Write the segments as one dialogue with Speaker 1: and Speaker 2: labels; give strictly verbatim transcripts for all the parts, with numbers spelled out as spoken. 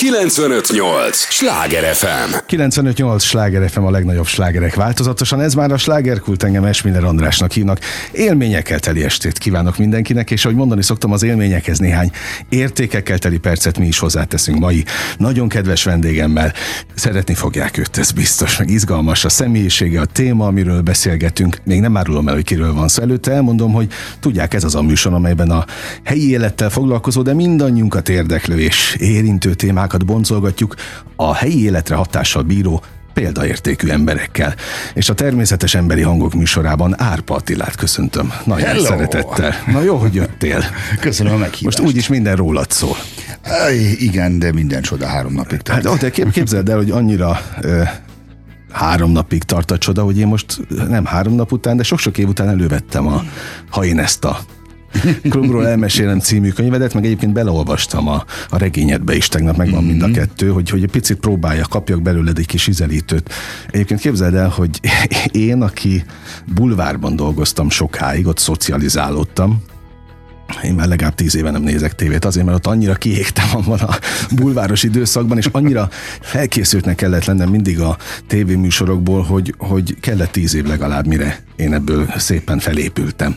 Speaker 1: kilencvenöt nyolc Sláger ef em.
Speaker 2: kilencvenöt nyolc Sláger ef em, a legnagyobb slágerek változatosan. Ez már a Slágerkult, engem Esmiller Andrásnak hívnak. Élményekkel teli estét kívánok mindenkinek, és ahogy mondani szoktam, az élményekhez néhány értékekkel teli percet mi is hozzáteszünk mai nagyon kedves vendégemmel. Szeretni fogják őt, ez biztos, meg izgalmas a személyisége, a téma, amiről beszélgetünk. Még nem árulom el, hogy kiről van szó. Előtte elmondom, hogy tudják, ez az a műsor, amelyben a helyi élettel foglalkozó, de mindannyiunkat érdeklő és érintő témákat boncolgatjuk a helyi életre hatással bíró példaértékű emberekkel. És a természetes emberi hangok műsorában Árpa Attilát köszöntöm. Nagyon
Speaker 3: Hello.
Speaker 2: Szeretettel. Na jó, hogy jöttél.
Speaker 3: Köszönöm a meghívást.
Speaker 2: Most úgyis minden rólad szól.
Speaker 3: Aj, igen, de minden csoda három napig tart.
Speaker 2: Hát, de képzeld el, hogy annyira ö, három napig tart a csoda, hogy én most nem három nap után, de sok-sok év után elővettem a Ha én ezt a Klubról elmesélem című könyvedet, meg egyébként beleolvastam a, a regényedbe is, tegnap megvan mm-hmm. mind a kettő, hogy, hogy egy picit próbálja, kapjak belőled egy kis ízelítőt. Egyébként képzeld el, hogy én, aki bulvárban dolgoztam sokáig, ott szocializálódtam, én már legalább tíz éve nem nézek tévét, azért, mert ott annyira kiégtem abban a bulváros időszakban, és annyira felkészültnek kellett lennem mindig a tévéműsorokból, hogy, hogy kellett tíz év legalább, mire én ebből szépen felépültem.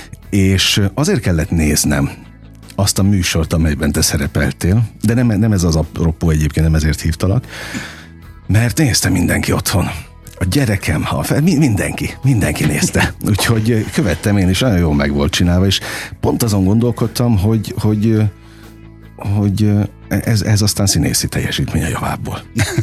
Speaker 2: És azért kellett néznem azt a műsort, amelyben te szerepeltél, de nem, nem ez az apropó, egyébként nem ezért hívtalak, mert nézte mindenki otthon. A gyerekem, ha fel, mindenki, mindenki nézte. Úgyhogy követtem én is, nagyon jól meg volt csinálva, és pont azon gondolkodtam, hogy, hogy, hogy ez, ez aztán színészi teljesítmény a javából.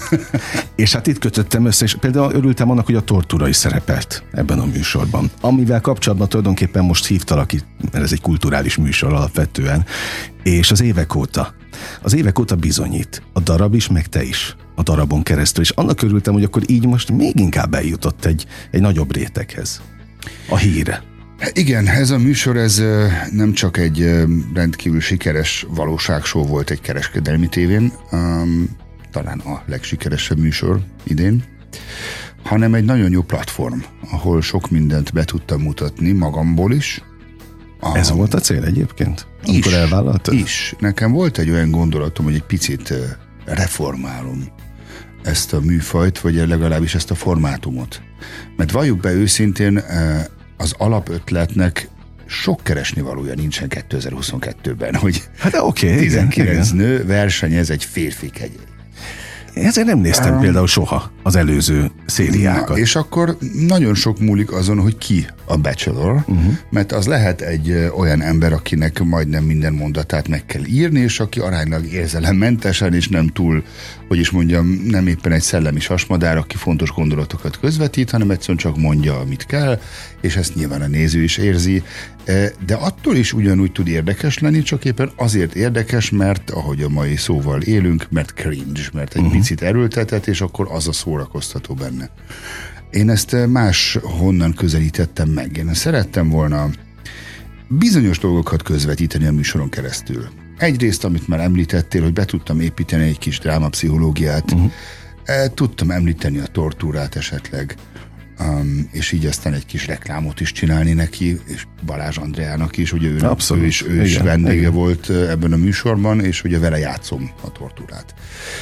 Speaker 2: És hát itt kötöttem össze, és például örültem annak, hogy a tortúra is szerepelt ebben a műsorban. Amivel kapcsolatban tulajdonképpen most hívtalak itt, mert ez egy kulturális műsor alapvetően, és az évek óta, az évek óta bizonyít, a darab is, meg te is, a darabon keresztül, és annak örültem, hogy akkor így most még inkább eljutott egy, egy nagyobb réteghez. A híre.
Speaker 3: Igen, ez a műsor, ez nem csak egy rendkívül sikeres valóságshow volt egy kereskedelmi tévén, um, talán a legsikeresebb műsor idén, hanem egy nagyon jó platform, ahol sok mindent be tudtam mutatni magamból is.
Speaker 2: A... Ez volt a cél egyébként? Amikor
Speaker 3: is,
Speaker 2: elvállaltad?
Speaker 3: Is. Nekem volt egy olyan gondolatom, hogy egy picit reformálom ezt a műfajt, vagy legalábbis ezt a formátumot. Mert valljuk be őszintén, az alapötletnek sok keresnivalója nincsen kétezer-huszonkettőben, hogy
Speaker 2: hát oké,
Speaker 3: tizenkilenc igen, nő versenyez egy férfi kegyel.
Speaker 2: Ezért nem néztem um, például soha az előző szériákat.
Speaker 3: Na, és akkor nagyon sok múlik azon, hogy ki a Bachelor, uh-huh. mert az lehet egy ö, olyan ember, akinek majdnem minden mondatát meg kell írni, és aki aránylag érzelemmentesen, és nem túl, hogy is mondjam, nem éppen egy szellemi sasmadár, aki fontos gondolatokat közvetít, hanem egyszerűen csak mondja, amit kell, és ezt nyilván a néző is érzi. De attól is ugyanúgy tud érdekes lenni, csak éppen azért érdekes, mert ahogy a mai szóval élünk, mert cringe, mert egy uh-huh. picit erőltetett, és akkor az a szórakoztató benne. Én ezt más honnan közelítettem meg. Én szerettem volna bizonyos dolgokat közvetíteni a műsoron keresztül. Egyrészt, amit már említettél, hogy be tudtam építeni egy kis drámapszichológiát, uh-huh. tudtam említeni a tortúrát esetleg, Um, és így aztán egy kis reklámot is csinálni neki, és Balázs Andreának is, ugye ő, ő is, ő is igen, vendége igen. volt ebben a műsorban, és ugye vele játszom a tortúrát.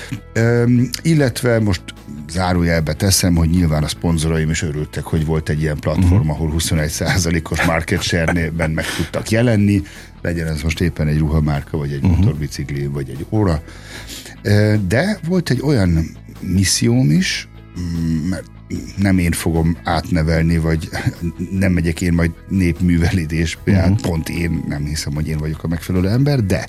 Speaker 3: Um, illetve most zárójelbe teszem, hogy nyilván a szponzoraim is örültek, hogy volt egy ilyen platform, uh-huh. ahol huszonegy százalékos market share-ben meg tudtak jelenni, legyen ez most éppen egy ruhamárka, vagy egy uh-huh. motorbicikli, vagy egy óra. Uh, de volt egy olyan misszióm is, mert nem én fogom átnevelni, vagy nem megyek én majd népművelődésbe, uh-huh. pont én nem hiszem, hogy én vagyok a megfelelő ember, de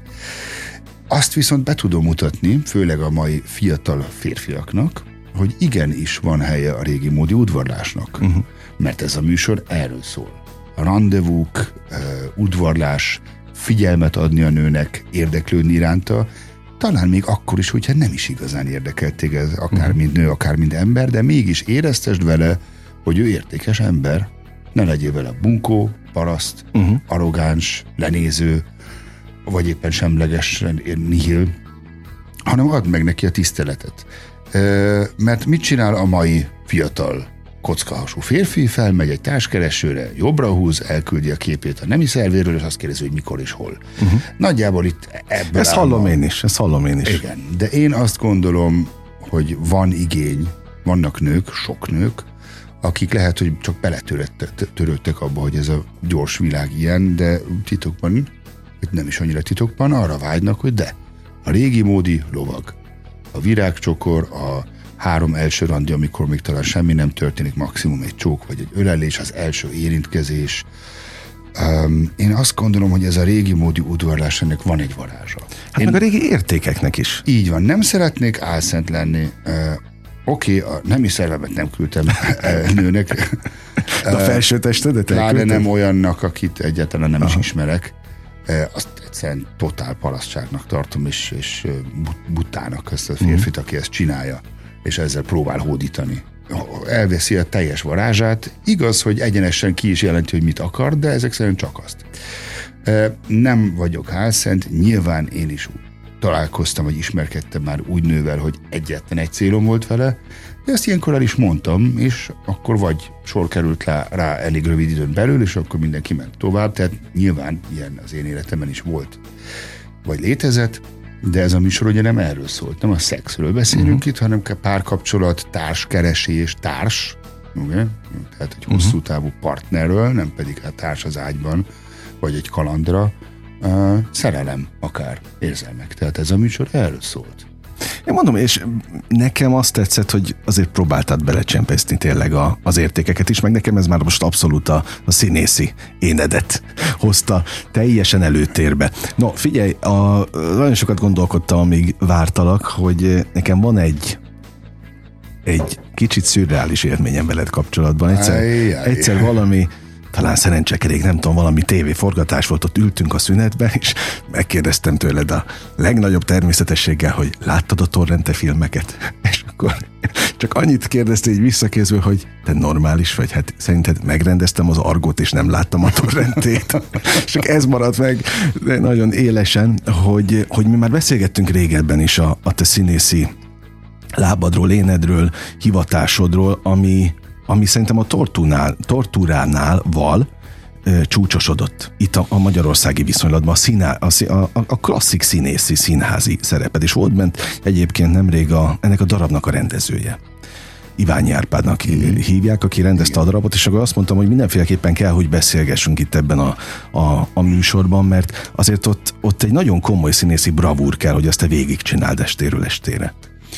Speaker 3: azt viszont be tudom mutatni, főleg a mai fiatal férfiaknak, hogy igenis van helye a régi módi udvarlásnak, uh-huh. mert ez a műsor erről szól. A randevúk, uh, udvarlás, figyelmet adni a nőnek, érdeklődni iránta, talán még akkor is, hogyha nem is igazán érdekelt téged, akár uh-huh. mint nő, akár mint ember, de mégis éreztesd vele, hogy ő értékes ember. Ne legyél vele bunkó, paraszt, uh-huh. arrogáns, lenéző, vagy éppen semleges, nihil, hanem add meg neki a tiszteletet. Mert mit csinál a mai fiatal kockahasú férfi felmegy egy társkeresőre, jobbra húz, elküldi a képét a nemi szervéről, és azt kérdezi, hogy mikor és hol. Uh-huh. Nagyjából itt ebből
Speaker 2: Ezt hallom én is, ezt hallom én is.
Speaker 3: Igen, de én azt gondolom, hogy van igény, vannak nők, sok nők, akik lehet, hogy csak beletörődtek abba, hogy ez a gyors világ ilyen, de titokban, nem is annyira titokban, arra vágynak, hogy de, a régi módi lovag, a virágcsokor, a három első randi, amikor még talán semmi nem történik, maximum egy csók vagy egy ölelés, az első érintkezés. Um, én azt gondolom, hogy ez a régi módi udvarlás, ennek van egy varázsa.
Speaker 2: Hát
Speaker 3: én,
Speaker 2: meg a régi értékeknek is.
Speaker 3: Így van, nem szeretnék álszent lenni. Uh, Oké, okay, a nemi szervemet nem küldtem uh, nőnek.
Speaker 2: De a felső testedet
Speaker 3: elküldtem? Nem olyannak, akit egyáltalán nem Aha. is ismerek. Uh, azt egyszerűen totál palasztságnak tartom, és, és butának ezt a férfit, aki ezt csinálja, és ezzel próbál hódítani. Elveszi a teljes varázsát. Igaz, hogy egyenesen ki is jelenti, hogy mit akar, de ezek szerint csak azt. Nem vagyok álszent, nyilván én is találkoztam, vagy ismerkedtem már úgy nővel, hogy egyetlen egy célom volt vele, de ezt ilyenkor el is mondtam, és akkor vagy sor került rá, rá elég rövid időn belül, és akkor mindenki ment tovább, tehát nyilván ilyen az én életemben is volt, vagy létezett, de ez a műsor ugye nem erről szólt, nem a szexről beszélünk uh-huh. itt, hanem párkapcsolat, társkeresés, társ, ugye? Tehát egy hosszú távú partnerről, nem pedig a társ az ágyban, vagy egy kalandra, uh, szerelem akár, érzelmek. Tehát ez a műsor erről szólt.
Speaker 2: Én mondom, és nekem azt tetszett, hogy azért próbáltad belecsempészni tényleg a, az értékeket is, meg nekem ez már most abszolút a, a színészi énedet hozta teljesen előtérbe. No, figyelj, a, nagyon sokat gondolkodtam, amíg vártalak, hogy nekem van egy egy kicsit szürreális élményem veled kapcsolatban. Egyszer, Ajjaj. egyszer valami talán szerencsekerék, nem tudom, valami tévéforgatás volt, ott ültünk a szünetben, és megkérdeztem tőled a legnagyobb természetességgel, hogy láttad a torrente filmeket? És akkor csak annyit kérdezte így visszakézve, hogy te normális vagy, hát szerinted megrendeztem az Argót, és nem láttam a torrentét. Csak ez maradt meg nagyon élesen, hogy, hogy mi már beszélgettünk régebben is a, a te színészi lábadról, énedről, hivatásodról, ami ami szerintem a tortúnál, tortúránál val e, csúcsosodott itt a, a magyarországi viszonylatban, a, színá, a, a, a klasszik színészi, színházi szereped, és volt bent egyébként nemrég a, ennek a darabnak a rendezője. Iványi Árpádnak mm. hívják, aki rendezte a darabot, és akkor azt mondtam, hogy mindenféleképpen kell, hogy beszélgessünk itt ebben a, a, a műsorban, mert azért ott, ott egy nagyon komoly színészi bravúr kell, hogy ezt te végigcsináld estéről estére.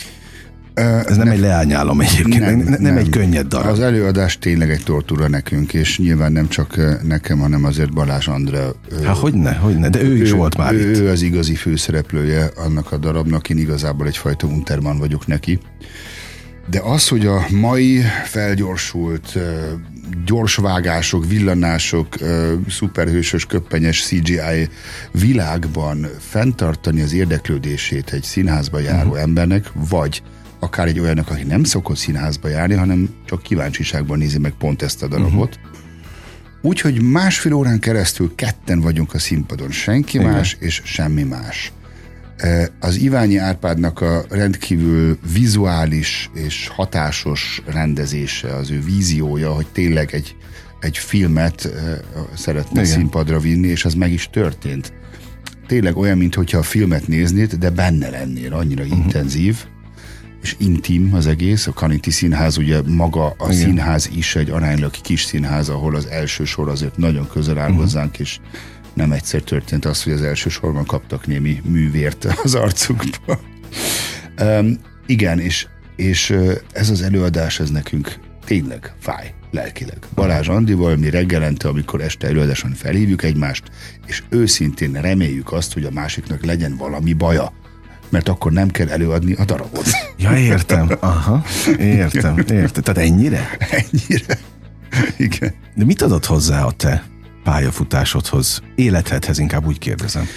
Speaker 2: Ez nem, nem egy leányálom egyébként, nem, nem, nem egy könnyed darab.
Speaker 3: Az előadás tényleg egy tortúra nekünk, és nyilván nem csak nekem, hanem azért Balázs Andrea.
Speaker 2: Hát hogyne, hogyne, de ő, ő is volt már
Speaker 3: ő,
Speaker 2: itt.
Speaker 3: Ő az igazi főszereplője annak a darabnak, én igazából egyfajta Unterman vagyok neki. De az, hogy a mai felgyorsult gyorsvágások, villanások, szuperhősös, köppenyes cé gé í világban fenntartani az érdeklődését egy színházba járó uh-huh. embernek, vagy akár egy olyannak, aki nem szokott színházba járni, hanem csak kíváncsiságban nézi meg pont ezt a darabot. Uh-huh. Úgyhogy másfél órán keresztül ketten vagyunk a színpadon, senki Igen. más és semmi más. Az Iványi Árpádnak a rendkívül vizuális és hatásos rendezése, az ő víziója, hogy tényleg egy, egy filmet szeretne Igen. színpadra vinni, és az meg is történt. Tényleg olyan, mintha a filmet néznéd, de benne lennél, annyira uh-huh. intenzív, és intim az egész. A Kaniti Színház, ugye maga a Igen. színház is egy aránylag kis színház, ahol az első sor azért nagyon közel áll uh-huh. hozzánk, és nem egyszer történt az, hogy az első sorban kaptak némi művért az arcukba. um, igen, és, és ez az előadás, ez nekünk tényleg fáj, lelkileg. Balázs Andival mi reggelente, amikor este előadáson felhívjuk egymást, és őszintén reméljük azt, hogy a másiknak legyen valami baja, mert akkor nem kell előadni a darabot.
Speaker 2: Ja, értem. Aha, értem, értem. Tehát ennyire?
Speaker 3: Ennyire. Igen.
Speaker 2: De mit adott hozzá a te pályafutásodhoz, életedhez, inkább úgy kérdezem?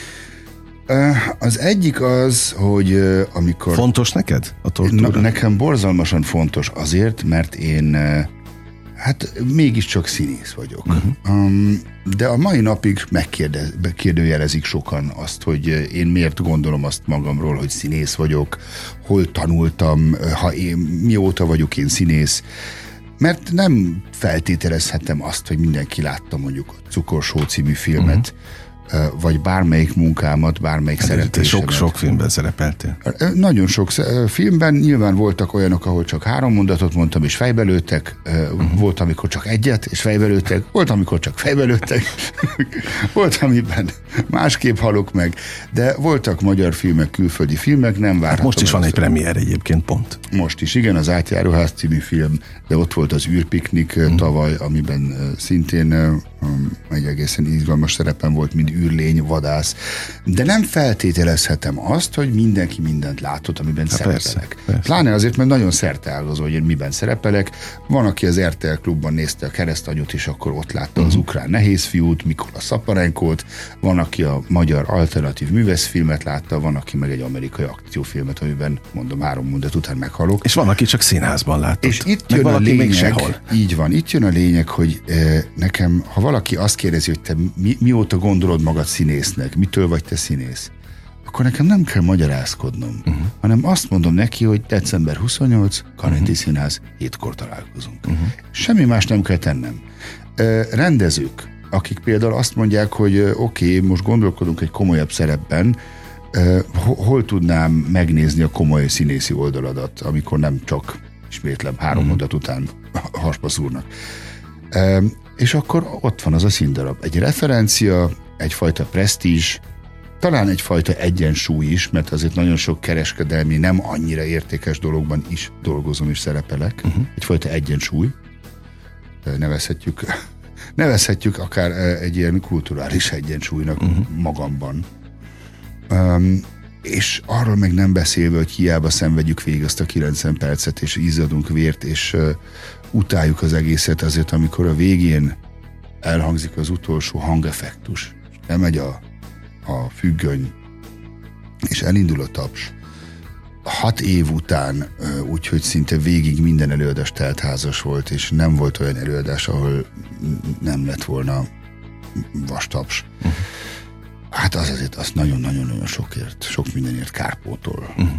Speaker 3: Az egyik az, hogy amikor...
Speaker 2: Fontos neked a tortúra?
Speaker 3: Na, nekem borzalmasan fontos azért, mert én hát mégiscsak színész vagyok. Uh-huh. Um, de a mai napig megkérdőjelezik sokan azt, hogy én miért gondolom azt magamról, hogy színész vagyok, hol tanultam, ha én, mióta vagyok én színész. mert nem feltételezhetem azt, hogy mindenki látta mondjuk a Cukorsó című filmet, uh-huh. vagy bármelyik munkámat, bármelyik hát szereplésemet.
Speaker 2: Sok-sok filmben szerepeltél.
Speaker 3: Nagyon sok filmben, nyilván voltak olyanok, ahol csak három mondatot mondtam, és fejbe lőttek, uh-huh. volt, amikor csak egyet, és fejbe lőttek, volt, amikor csak fejbe lőttek, volt, amiben másképp halok meg, de voltak magyar filmek, külföldi filmek, nem várhatom.
Speaker 2: Hát most is van egy premier egyébként, pont.
Speaker 3: Most is, igen, az Átjáróház című film, de ott volt az űrpiknik uh-huh. tavaly, amiben szintén egy egészen izgalmas szerepem volt, mint űrlény, vadász, de nem feltételezhetem azt, hogy mindenki mindent látott, amiben ha, szerepelek. Persze, persze. Pláne azért, mert nagyon szerteágazó, hogy én miben szerepelek. Van, aki az er té el Klubban nézte a Keresztanyút, és akkor ott látta uh-huh. az ukrán nehézfiút, Mikola Szaparenkót, van, aki a magyar alternatív művészfilmet látta, van, aki meg egy amerikai akciófilmet, amiben mondom, három mondat után meghalok.
Speaker 2: És van, aki csak színházban látott.
Speaker 3: És itt jön a lényeg, így van, itt jön a lényeg, hogy e, nekem, ha valaki azt kérdezi, hogy te mi, mióta gondolod magad színésznek, mitől vagy te színész, akkor nekem nem kell magyarázkodnom, uh-huh. hanem azt mondom neki, hogy december huszonnyolc, Karinti uh-huh. Színház, hétkor találkozunk. Uh-huh. Semmi más nem kell tennem. E, rendezők, akik például azt mondják, hogy oké, okay, most gondolkodunk egy komolyabb szerepben, e, hol tudnám megnézni a komoly színészi oldaladat, amikor nem csak, ismétlem, három uh-huh. mondat után hasba szúrnak. E, és akkor ott van az a színdarab. Egy referencia, egyfajta presztízs, talán egyfajta egyensúly is, mert azért nagyon sok kereskedelmi, nem annyira értékes dologban is dolgozom és szerepelek. Uh-huh. Egyfajta egyensúly. Nevezhetjük, nevezhetjük akár egy ilyen kulturális egyensúlynak uh-huh. magamban. Um, és arról meg nem beszélve, hogy hiába szenvedjük végig azt a kilencven percet, és izzadunk vért, és uh, utáljuk az egészet azért, amikor a végén elhangzik az utolsó hangeffektus, lemegy a, a függöny, és elindul a taps. Hat év után, úgyhogy szinte végig minden előadás teltházas volt, és nem volt olyan előadás, ahol nem lett volna vastaps. Uh-huh. Hát az azért, az nagyon-nagyon-nagyon sokért, sok mindenért kárpótol. Uh-huh.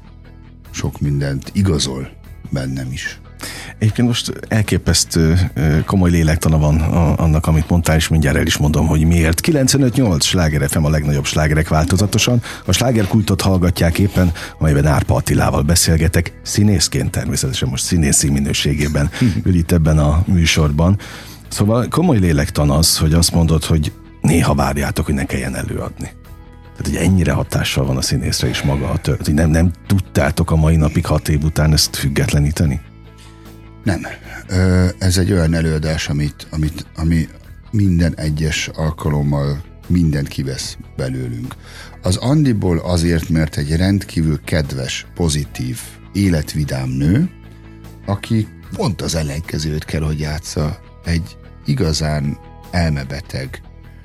Speaker 3: Sok mindent igazol bennem is.
Speaker 2: Egyébként most elképesztő komoly lélektana van annak, amit mondtál, és mindjárt el is mondom, hogy miért. kilencvenöt nyolc Sláger ef em, a legnagyobb slágerek változatosan. A slágerkultot hallgatják éppen, amelyben Árpa Attilával beszélgetek, színészként természetesen, most színészi minőségében ül itt ebben a műsorban. Szóval komoly lélektan az, hogy azt mondod, hogy néha várjátok, hogy ne kelljen előadni. Tehát, hogy ennyire hatással van a színészre is maga a tört, hogy nem, nem tudtátok a mai napig hat év után ezt függetleníteni?
Speaker 3: Nem. Ez egy olyan előadás, amit, amit, ami minden egyes alkalommal mindent kivesz belőlünk. Az Andiból azért, mert egy rendkívül kedves, pozitív, életvidám nő, aki pont az ellenkezőt kell, hogy játsza, egy igazán elmebeteg,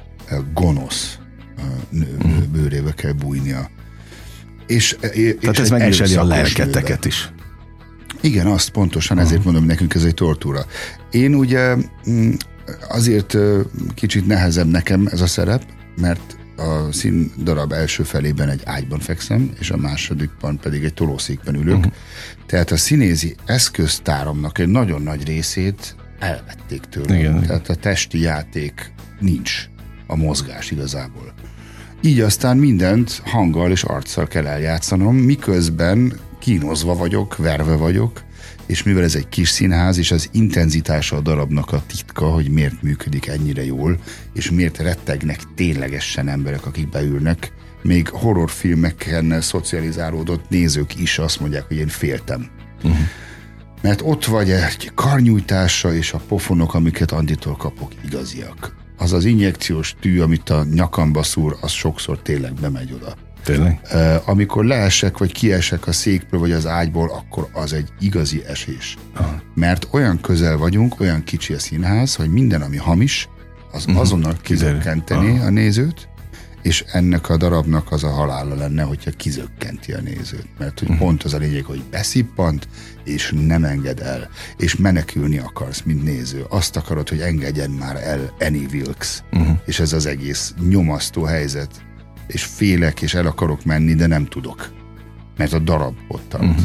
Speaker 3: gonosz nő, nő bőrébe kell bújnia. És, és
Speaker 2: Tehát ez megviseli a lelketeket nőbe. Is.
Speaker 3: Igen, azt pontosan, ezért mondom, hogy nekünk ez egy tortúra. Én ugye azért kicsit nehezebb nekem ez a szerep, mert a színdarab első felében egy ágyban fekszem, és a másodikban pedig egy tolószékben ülök. Uh-huh. Tehát a színézi eszköztáramnak egy nagyon nagy részét elvették tőlem. Igen. Tehát a testi játék nincs, a mozgás igazából. Így aztán mindent hanggal és arccal kell eljátszanom, miközben kínozva vagyok, verve vagyok, és mivel ez egy kis színház, és az intenzitása a darabnak a titka, hogy miért működik ennyire jól, és miért rettegnek ténylegesen emberek, akik beülnek, még horrorfilmeken szocializálódott nézők is azt mondják, hogy én féltem. Uh-huh. Mert ott vagy egy karnyújtása, és a pofonok, amiket Anditól kapok, igaziak. Az az injekciós tű, amit a nyakamba szúr, az sokszor tényleg bemegy oda.
Speaker 2: Tényleg?
Speaker 3: Uh, amikor leesek, vagy kiesek a székből, vagy az ágyból, akkor az egy igazi esés. Aha. Mert olyan közel vagyunk, olyan kicsi a színház, hogy minden, ami hamis, az uh-huh. azonnal kizökkenteni a nézőt, és ennek a darabnak az a halála lenne, hogyha kizökkenti a nézőt. Mert hogy uh-huh. pont az a lényeg, hogy beszippant, és nem enged el, és menekülni akarsz, mint néző. Azt akarod, hogy engedjen már el Annie Wilkes. Uh-huh. És ez az egész nyomasztó helyzet. És félek, és el akarok menni, de nem tudok. Mert a darab ott tart. Uh-huh.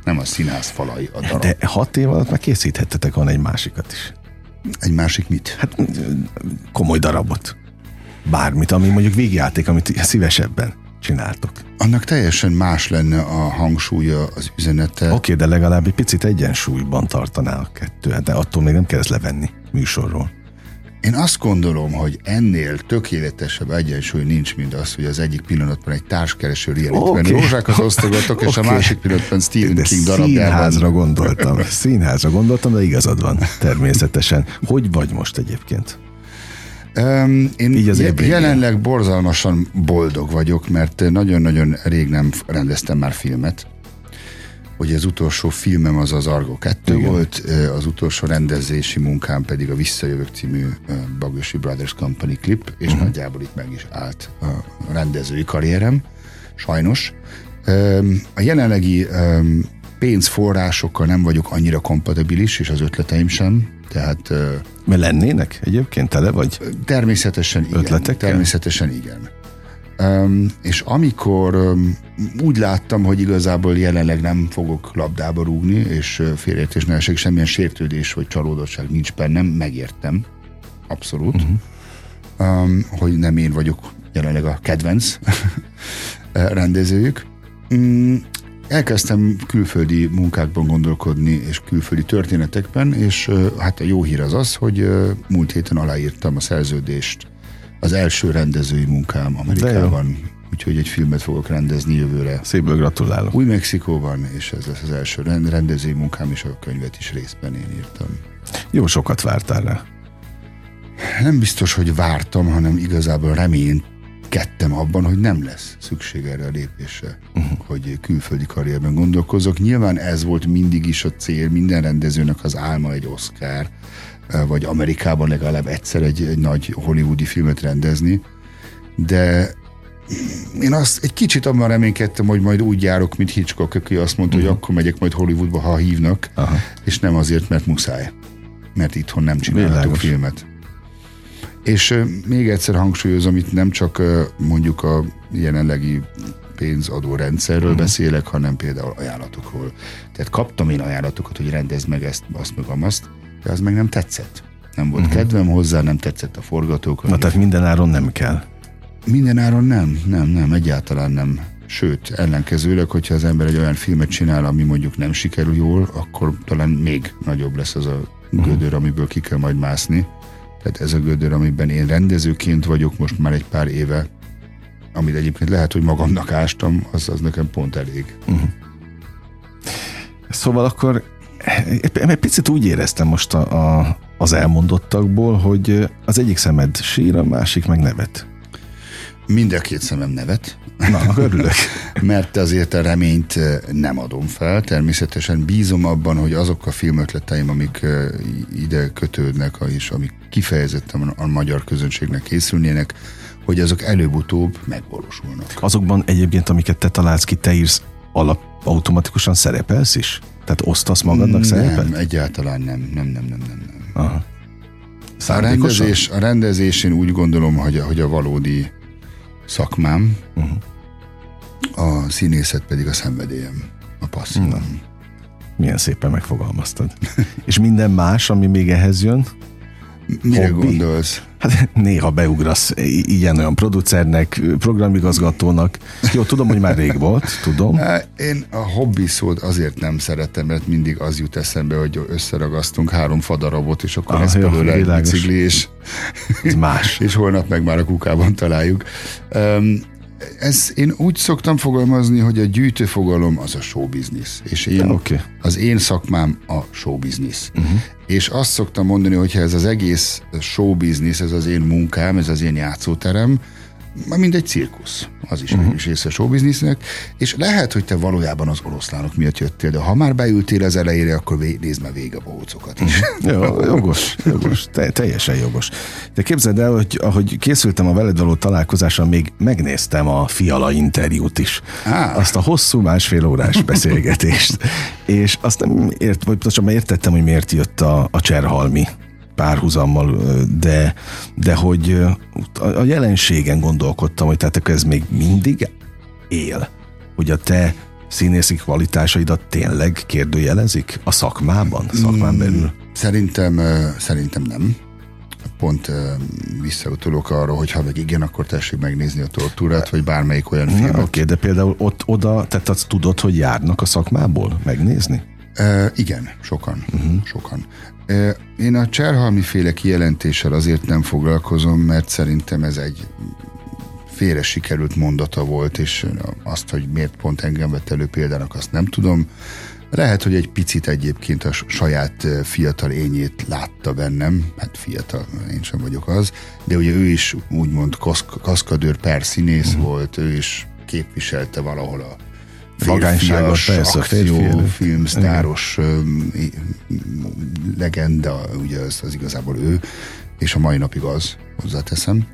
Speaker 3: Nem a színház falai a darab.
Speaker 2: De hat év alatt már készíthettetek volna egy másikat is.
Speaker 3: Egy másik mit?
Speaker 2: Hát komoly darabot. Bármit, ami mondjuk végjáték, amit szívesebben csináltok.
Speaker 3: Annak teljesen más lenne a hangsúlya, az üzenete.
Speaker 2: Oké, okay, de legalább egy picit egyensúlyban tartaná a kettő, de attól még nem kell ezt levenni műsorról.
Speaker 3: Én azt gondolom, hogy ennél tökéletesebb egyensúly nincs, mint az, hogy az egyik pillanatban egy társkereső reality-ben okay. rózsákat osztogatok, és okay. a másik pillanatban Stephen de King darabjában.
Speaker 2: Színházra gondoltam, színházra gondoltam, de igazad van, természetesen. Hogy vagy most egyébként?
Speaker 3: Um, én je- jelenleg borzalmasan boldog vagyok, mert nagyon-nagyon rég nem rendeztem már filmet. Ugye az utolsó filmem az az Argo kettő igen. volt, az utolsó rendezési munkám pedig a Visszajövök című Bagosi Brothers Company klip, és uh-huh. nagyjából itt meg is állt a rendezői karrierem, sajnos. A jelenlegi pénzforrásokkal nem vagyok annyira kompatibilis, és az ötleteim sem, tehát...
Speaker 2: Mert lennének egyébként, tele vagy?
Speaker 3: Természetesen igen.
Speaker 2: Ötletekkel?
Speaker 3: Természetesen igen. Um, és amikor um, úgy láttam, hogy igazából jelenleg nem fogok labdába rúgni, és uh, félreértés ne esik, semmilyen sértődés vagy csalódottság nincs bennem, megértem, abszolút, uh-huh. um, hogy nem én vagyok jelenleg a kedvenc rendezőjük. Um, elkezdtem külföldi munkákban gondolkodni, és külföldi történetekben, és uh, hát a jó hír az az, hogy uh, múlt héten aláírtam a szerződést az első rendezői munkám Amerikában, úgyhogy egy filmet fogok rendezni jövőre.
Speaker 2: Szépből gratulálok.
Speaker 3: Új-Mexikóban, és ez lesz az első rendezői munkám, és a könyvet is részben én írtam.
Speaker 2: Jó sokat vártál rá.
Speaker 3: Nem biztos, hogy vártam, hanem igazából reménykedtem abban, hogy nem lesz szükség erre a lépésre, uh-huh. hogy külföldi karrierben gondolkozok. Nyilván ez volt mindig is a cél, minden rendezőnek az álma egy Oscar, vagy Amerikában legalább egyszer egy, egy nagy hollywoodi filmet rendezni, de én azt egy kicsit abban reménykedtem, hogy majd úgy járok, mint Hitchcock, aki azt mondta, uh-huh. hogy akkor megyek majd Hollywoodba, ha hívnak, aha. és nem azért, mert muszáj, mert itthon nem csinálhatunk filmet. És uh, még egyszer hangsúlyozom, itt nem csak uh, mondjuk a jelenlegi pénzadó rendszerről uh-huh. beszélek, hanem például ajánlatokról. Tehát kaptam én ajánlatokat, hogy rendezd meg ezt, azt meg amazt, de az meg nem tetszett. Nem volt uh-huh. kedvem hozzá, nem tetszett a forgatókönyv.
Speaker 2: Na tehát minden áron nem kell.
Speaker 3: Minden áron nem, nem, nem, egyáltalán nem. Sőt, ellenkezőleg, hogyha az ember egy olyan filmet csinál, ami mondjuk nem sikerül jól, akkor talán még nagyobb lesz az a gödör, amiből ki kell majd mászni. Tehát ez a gödör, amiben én rendezőként vagyok most már egy pár éve, amit egyébként lehet, hogy magamnak ástam, az, az nekem pont elég.
Speaker 2: Uh-huh. Szóval akkor egy picit úgy éreztem most a, a, az elmondottakból, hogy az egyik szemed sír, a másik meg nevet.
Speaker 3: Mind a két szemem nevet.
Speaker 2: Na, örülök.
Speaker 3: Mert azért a reményt nem adom fel. Természetesen bízom abban, hogy azok a filmötleteim, amik ide kötődnek, és amik kifejezetten a magyar közönségnek készülnének, hogy azok előbb-utóbb megvalósulnak. Azokban
Speaker 2: egyébként, amiket te találsz ki, te írsz, alap automatikusan szerepelsz is? Tehát osztasz magadnak
Speaker 3: nem,
Speaker 2: szerepet?
Speaker 3: Nem, egyáltalán nem. Nem, nem, nem, nem. nem.
Speaker 2: Aha.
Speaker 3: A rendezés, a rendezés én úgy gondolom, hogy a, hogy a valódi szakmám, uh-huh. a színészet pedig a szenvedélyem, a passzívom. Na.
Speaker 2: Milyen szépen megfogalmaztad. És minden más, ami még ehhez jön?
Speaker 3: Mire hobbi? Gondolsz?
Speaker 2: Hát néha beugrasz ilyen-olyan producernek, programigazgatónak. Jó, tudom, hogy már rég volt, tudom.
Speaker 3: Én a hobbi szót azért nem szeretem, mert mindig az jut eszembe, hogy összeragasztunk három fadarabot, és akkor ah, lesz belőle egy bicikli, és,
Speaker 2: más.
Speaker 3: és holnap meg már a kukában találjuk. Um, Ez, én úgy szoktam fogalmazni, hogy a gyűjtőfogalom az a showbiznisz, és én,
Speaker 2: okay.
Speaker 3: az én szakmám a showbiznisz. Uh-huh. És azt szoktam mondani, hogyha ez az egész showbiznisz, ez az én munkám, ez az én játszóterem, mind egy cirkusz, az is uh-huh. is része a showbiznisznek, és lehet, hogy te valójában az oroszlánok miatt jöttél, de ha már beültél az elejére, akkor vé- nézd meg végig a bohócokat is.
Speaker 2: Jó, jogos, jogos, te, teljesen jogos. De képzeld el, hogy ahogy készültem a veled való találkozásra, még megnéztem a Fiala interjút is. Ah. Azt a hosszú másfél órás beszélgetést. És azt nem ért, vagy csak már értettem, hogy miért jött a, a Cserhalmi párhuzammal, de, de hogy a jelenségen gondolkodtam, hogy tehát ez még mindig él, hogy a te színészi kvalitásaidat tényleg kérdőjelezik a szakmában, szakmán belül?
Speaker 3: Szerintem, szerintem nem. Pont visszautolok arra, hogy ha meg igen, akkor tessék megnézni a Tortúrát, vagy bármelyik olyan filmet.
Speaker 2: Oké, okay, de például ott oda, tehát azt tudod, hogy járnak a szakmából megnézni?
Speaker 3: Uh, igen, sokan, uh-huh. sokan. Uh, én a Cserhalmi féle kijelentéssel azért nem foglalkozom, mert szerintem ez egy félre sikerült mondata volt, és azt, hogy miért pont engem vett elő példának, azt nem tudom. Lehet, hogy egy picit egyébként a saját fiatal ényét látta bennem, hát fiatal, én sem vagyok az, de ugye ő is úgymond kaszk- kaszkadőr per színész uh-huh. volt, ő is képviselte valahol a férfias, akció, filmsztáros legenda, ugye az, az igazából ő, és a mai napig az, hozzáteszem.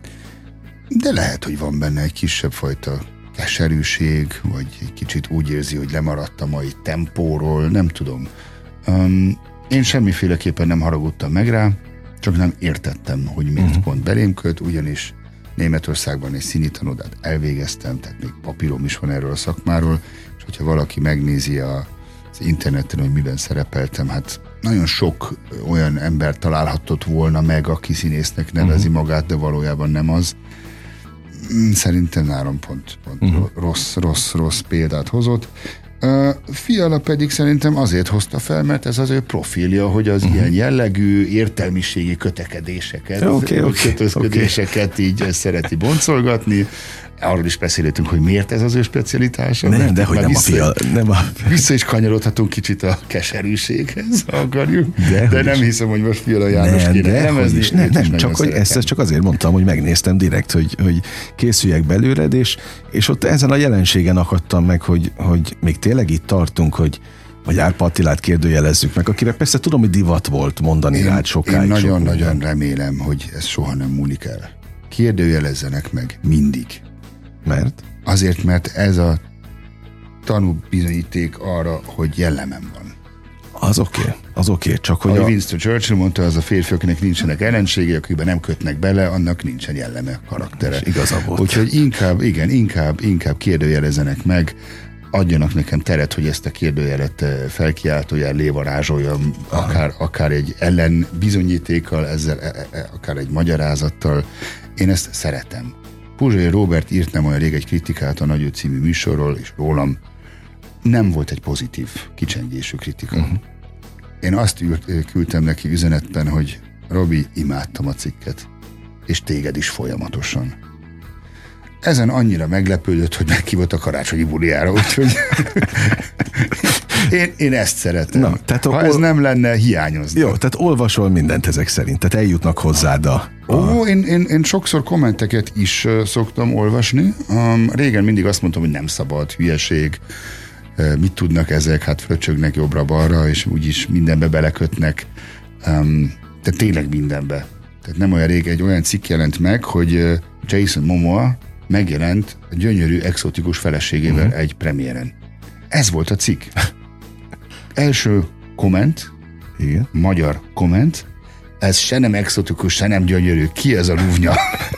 Speaker 3: De lehet, hogy van benne egy kisebb fajta keserűség, vagy egy kicsit úgy érzi, hogy lemaradt a mai tempóról, nem tudom. Um, én semmiféleképpen nem haragudtam meg rá, csak nem értettem, hogy miért uh-huh. pont belém köt, ugyanis Németországban egy színitanodát elvégeztem, tehát még papírom is van erről a szakmáról, és hogyha valaki megnézi a, az interneten, hogy miben szerepeltem, hát nagyon sok olyan ember találhatott volna meg, aki színésznek nevezi uh-huh. magát, de valójában nem az. Szerintem nálam pont, pont uh-huh. rossz, rossz, rossz példát hozott. Uh, Fiala pedig szerintem azért hozta fel, mert ez az ő profilja, hogy az uh-huh. ilyen jellegű értelmiségi kötekedéseket,
Speaker 2: okay, okay,
Speaker 3: kötözködéseket okay. így szereti boncolgatni. Arról is beszéltünk, hogy miért ez az ő specialitása.
Speaker 2: Nem, de hogy nem vissza, a Fiala. Nem a...
Speaker 3: Vissza is kanyarodhatunk kicsit a keserűséghez, ha akarjuk. De, de nem is. Hiszem, hogy most Fiala János
Speaker 2: nem,
Speaker 3: kéne elemezni.
Speaker 2: Nem, nem csak, hogy ezt csak azért mondtam, hogy megnéztem direkt, hogy, hogy készüljek belőled, és, és ott ezen a jelenségen akadtam meg, hogy, hogy még tényleg itt tartunk, hogy vagy Árpa Attilát kérdőjelezzük meg, akire persze tudom, hogy divat volt mondani én, rád sokáig.
Speaker 3: Én nagyon-nagyon remélem, hogy ez soha nem múlik el. Kérdőjelezzenek meg mindig.
Speaker 2: Mert?
Speaker 3: Azért, mert ez a tanúbizonyíték arra, hogy jellemem van.
Speaker 2: Az oké, okay, az oké, okay, csak hogy
Speaker 3: ahogy
Speaker 2: a...
Speaker 3: Winston Churchill mondta, az a férfi, akinek nincsenek ellenségei, akiben nem kötnek bele, annak nincsen jelleme, karaktere.
Speaker 2: És igaza volt.
Speaker 3: Úgyhogy inkább, igen, inkább, inkább kérdőjelezenek meg, adjanak nekem teret, hogy ezt a kérdőjelet felkiáltóján lévarázsoljam, akár, akár egy ellen bizonyítékkal, ezzel, e, e, akár egy magyarázattal. Én ezt szeretem. Puzsai Róbert írt nem olyan rég egy kritikát a Nagy Ő című műsorról, és rólam nem volt egy pozitív kicsengésű kritika. Uh-huh. Én azt írt, küldtem neki üzenetben, hogy Robi, imádtam a cikket, és téged is folyamatosan. Ezen annyira meglepődött, hogy meghívott a karácsonyi buliára, úgyhogy én, én ezt szeretem. Na, tehát ha ol... ez nem lenne, hiányozna.
Speaker 2: Jó, tehát olvasol mindent ezek szerint, tehát eljutnak hozzád a... a...
Speaker 3: Ó, én, én, én sokszor kommenteket is uh, szoktam olvasni. Um, régen mindig azt mondtam, hogy nem szabad, hülyeség, uh, mit tudnak ezek, hát fröcsögnek jobbra-balra, és úgyis mindenbe belekötnek. Um, de tényleg mindenbe. Tehát nem olyan rég egy olyan cikk jelent meg, hogy uh, Jason Momoa megjelent a gyönyörű, exotikus feleségével uh-huh. egy premiéren. Ez volt a cikk. Első komment, igen. Magyar komment, ez se nem exotikus, se nem gyönyörű, ki ez a lúvnya?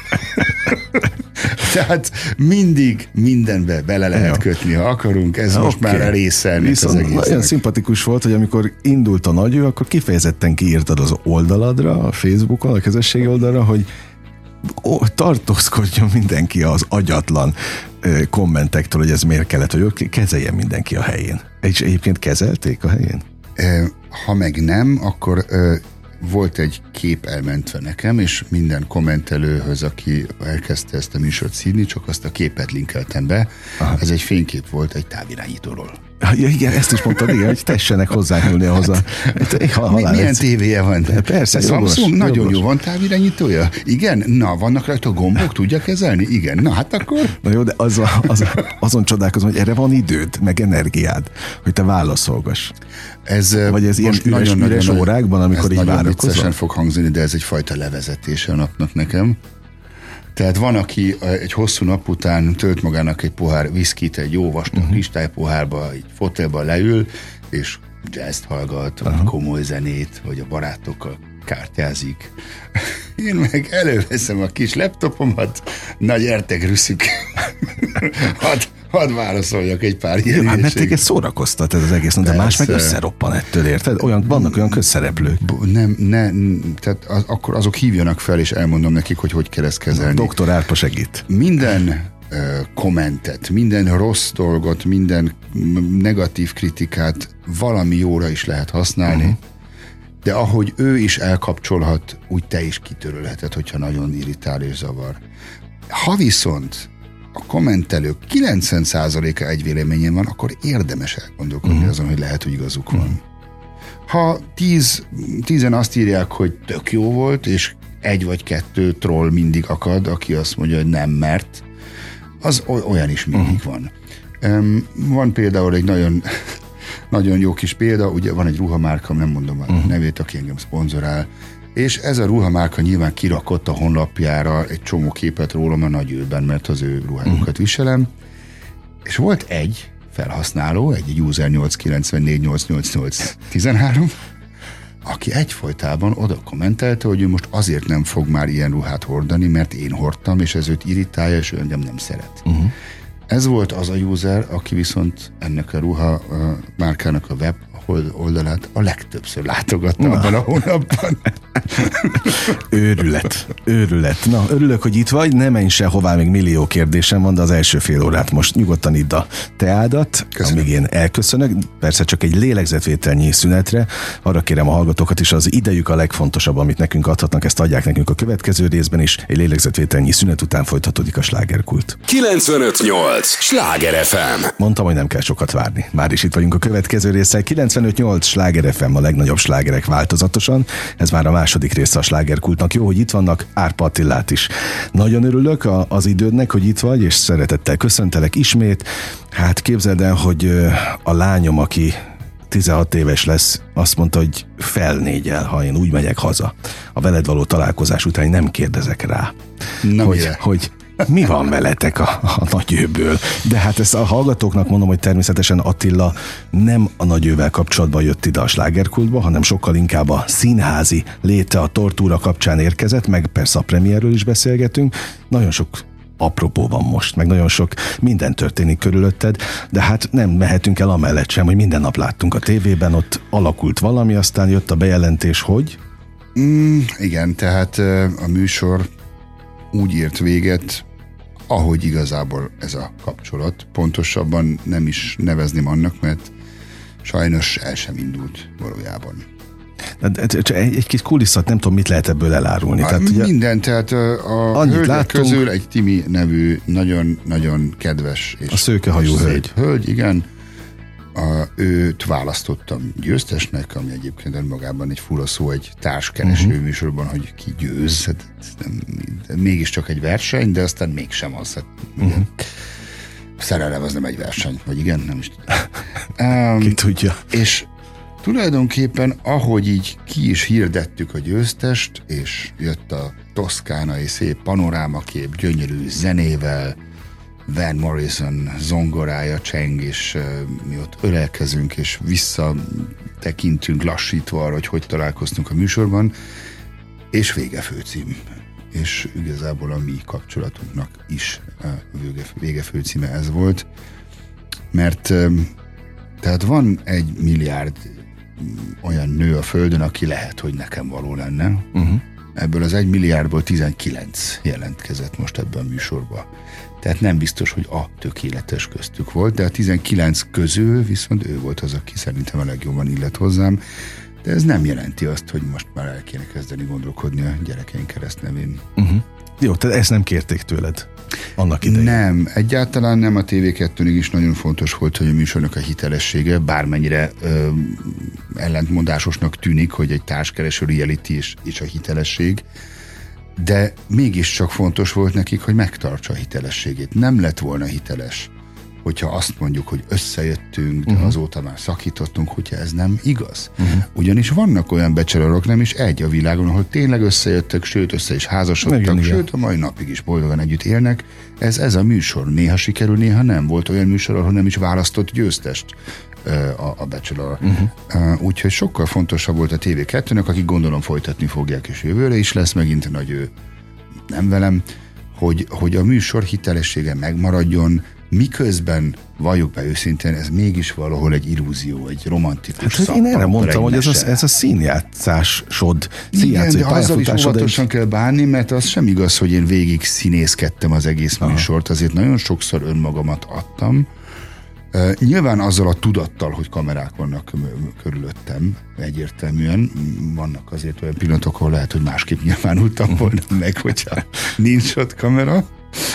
Speaker 3: Tehát mindig mindenbe bele lehet kötni, ha akarunk, ez okay. most már részelni az egésznek.
Speaker 2: Olyan szimpatikus volt, hogy amikor indult a Nagy Ő, akkor kifejezetten kiírtad az oldaladra, a Facebookon, a közösségi oldalra, hogy ó, tartózkodjon mindenki az agyatlan ö, kommentektől, hogy ez miért kellett, hogy kezeljen mindenki a helyén. És egyébként kezelték a helyén?
Speaker 3: Ha meg nem, akkor ö, volt egy kép elmentve nekem, és minden kommentelőhöz, aki elkezdte ezt a műsort színi, csak azt a képet linkeltem be. Aha. Ez egy fénykép volt egy távirányítóról.
Speaker 2: Ja, igen, ezt is mondtad, igen, hogy tessenek hozzányúlni ahhoz a...
Speaker 3: Ha, milyen tévéje van?
Speaker 2: De persze,
Speaker 3: a Samsung nagyon jogos. Jó, van távirányítója? Igen? Na, vannak rajta gombok, tudja kezelni? Igen. Na, hát akkor...
Speaker 2: Na jó, de az a, az a, azon csodálkozom, hogy erre van időd, meg energiád, hogy te válaszolgass.
Speaker 3: Ez
Speaker 2: vagy ez ilyen üres, nagyon, üres nagyon, órákban, amikor így várakozol? Ez nagyon viccesen
Speaker 3: fog hangzani, de ez egy fajta levezetése a napnak nekem. Tehát van, aki egy hosszú nap után tölt magának egy pohár viszkit, egy jó vastag uh-huh. kristálypohárba, egy fotelba leül, és jazzt hallgat, vagy uh-huh. komoly zenét, vagy a barátokkal kártyázik. Én meg előveszem a kis laptopomat, na gyertek, rüsszük. hadd hadd válaszoljak egy pár ilyen.
Speaker 2: Jó, hát mert téged szórakoztat ez az egész, de más meg összeroppan ettől, érted? Olyan, vannak olyan közszereplők.
Speaker 3: Nem, ne, tehát az, akkor azok hívjanak fel, és elmondom nekik, hogy hogy kell ezt kezelni.
Speaker 2: doktor Árpa segít.
Speaker 3: Minden uh, kommentet, minden rossz dolgot, minden negatív kritikát valami jóra is lehet használni, uh-huh. de ahogy ő is elkapcsolhat, úgy te is kitörölheted, hogyha nagyon irritál és zavar. Ha viszont a kommentelők kilencven százaléka egy véleményen van, akkor érdemes elgondolkodni uh-huh. azon, hogy lehet, hogy igazuk uh-huh. van. Ha tíz, tízen azt írják, hogy tök jó volt, és egy vagy kettő troll mindig akad, aki azt mondja, hogy nem mert, az olyan is mindig uh-huh. van. Um, van például egy nagyon, nagyon jó kis példa, ugye van egy ruhamárka, nem mondom a uh-huh. nevét, aki engem szponzorál, és ez a ruhamárka nyilván kirakott a honlapjára egy csomó képet rólam a nagyőben, mert az ő ruhájukat uh-huh. viselem, és volt egy felhasználó, egy user nyolc kilencvennégy nyolc nyolc nyolc tizenhárom, aki egyfolytában oda kommentelte, hogy ő most azért nem fog már ilyen ruhát hordani, mert én hordtam, és ez őt irritálja, és ő engem nem szeret. Uh-huh. Ez volt az a user, aki viszont ennek a ruha uh, márkának a web oldalát a legtöbbször látogatta Na. abban a hónapban.
Speaker 2: Őrület. Őrület. Na, örülök, hogy itt vagy, ne menj sehová, még millió kérdésem van, de az első fél órát most nyugodtan idd a teádat, Köszönöm. amíg én elköszönök. Persze csak egy lélegzetvételnyi szünetre. Arra kérem a hallgatókat is, az idejük a legfontosabb, amit nekünk adhatnak, ezt adják nekünk a következő részben is. Egy lélegzetvételnyi szünet után folytatódik a slágerkult.
Speaker 1: kilencvenöt nyolc Sláger ef em.
Speaker 2: Mondtam, hogy nem kell sokat várni. Már is itt vagyunk a következő résszel. kilencvenöt nyolc Sláger ef em, a legnagyobb slágerek változatosan. Ez már a második része a slágerkultnak. Jó, hogy itt vannak, Árpa Attilát is. Nagyon örülök a, az idődnek, hogy itt vagy, és szeretettel köszöntelek ismét. Hát képzeld el, hogy a lányom, aki tizenhat éves lesz, azt mondta, hogy felnégyel, ha én úgy megyek haza. A veled való találkozás után nem kérdezek rá.
Speaker 3: Na,
Speaker 2: hogy, hogy mi van veletek a, a nagyőből? De hát ezt a hallgatóknak mondom, hogy természetesen Attila nem a nagyővel kapcsolatban jött ide a slágerkultba, hanem sokkal inkább a színházi léte, a tortúra kapcsán érkezett, meg persze a premierről is beszélgetünk. Nagyon sok apropó van most, meg nagyon sok minden történik körülötted, de hát nem mehetünk el amellett sem, hogy minden nap láttunk a tévében, ott alakult valami, aztán jött a bejelentés, hogy?
Speaker 3: Mm, igen, tehát a műsor úgy ért véget, ahogy igazából ez a kapcsolat. Pontosabban nem is nevezném annak, mert sajnos el sem indult valójában.
Speaker 2: Egy, egy kis kulisszat, nem tudom, mit lehet ebből elárulni.
Speaker 3: A,
Speaker 2: tehát, ugye,
Speaker 3: minden, tehát a hölgyek
Speaker 2: láttunk,
Speaker 3: közül egy Timi nevű nagyon-nagyon kedves és
Speaker 2: a szőkehajú hölgy.
Speaker 3: hölgy, igen. A, őt választottam győztesnek, ami egyébként önmagában egy fura szó egy társkereső uh-huh. műsorban, hogy ki győz. Hát, nem, mégiscsak egy verseny, de aztán mégsem az. Hát, uh-huh. Szerelem az nem egy verseny, vagy igen, nem is tudom. Um,
Speaker 2: ki tudja.
Speaker 3: És tulajdonképpen, ahogy így ki is hirdettük a győztest, és jött a toszkánai szép panorámakép, gyönyörű zenével, Van Morrison zongorája cseng, és uh, mi ott ölelkezünk, és visszatekintünk lassítva arra, hogy hogy találkoztunk a műsorban, és vége főcím. És igazából a mi kapcsolatunknak is a vége, vége főcíme ez volt, mert um, tehát van egy milliárd olyan nő a földön, aki lehet, hogy nekem való lenne. Uh-huh. Ebből az egy milliárdból tizenkilenc jelentkezett most ebben a műsorban. Tehát nem biztos, hogy a tökéletes köztük volt, de a tizenkilenc közül viszont ő volt az, aki szerintem a legjobban illet hozzám. De ez nem jelenti azt, hogy most már el kéne kezdeni gondolkodni a gyerekeink keresztnevén.
Speaker 2: Uh-huh. Jó, tehát ezt nem kérték tőled annak idején.
Speaker 3: Nem, egyáltalán nem. A té vé kettőnig is nagyon fontos volt, hogy a műsornak a hitelessége, bármennyire ö, ellentmondásosnak tűnik, hogy egy társkereső reality és, és a hitelesség, de mégiscsak fontos volt nekik, hogy megtartsa a hitelességét. Nem lett volna hiteles, hogyha azt mondjuk, hogy összejöttünk, de uh-huh. azóta már szakítottunk, hogyha ez nem igaz. Uh-huh. Ugyanis vannak olyan bachelorok, nem is egy a világon, ahol tényleg összejöttek, sőt, össze is házasodtak, igen, sőt, a mai napig is boldogan együtt élnek. Ez, ez a műsor. Néha sikerül, néha nem. Volt olyan műsor, ahol nem is választott győztest a, a bachelor. Uh-huh. Úgyhogy sokkal fontosabb volt a té vé kettőnek, akik gondolom folytatni fogják, és jövőre is lesz megint nagy ő, nem velem, hogy, hogy a műsor hitelessége megmaradjon, miközben valljuk be őszintén, ez mégis valahol egy illúzió, egy romantikus
Speaker 2: hát, én erre mondtam, hogy ez a, ez a színjátszásod,
Speaker 3: színjátszó, igen, de azzal is óvatosan egy... kell bánni, mert az sem igaz, hogy én végig színészkedtem az egész Aha. műsort, azért nagyon sokszor önmagamat adtam. Uh, nyilván azzal a tudattal, hogy kamerák vannak körülöttem, egyértelműen vannak azért olyan pillanatok, ahol lehet, hogy másképp nyilvánultam volna meg, hogyha nincs ott kamera.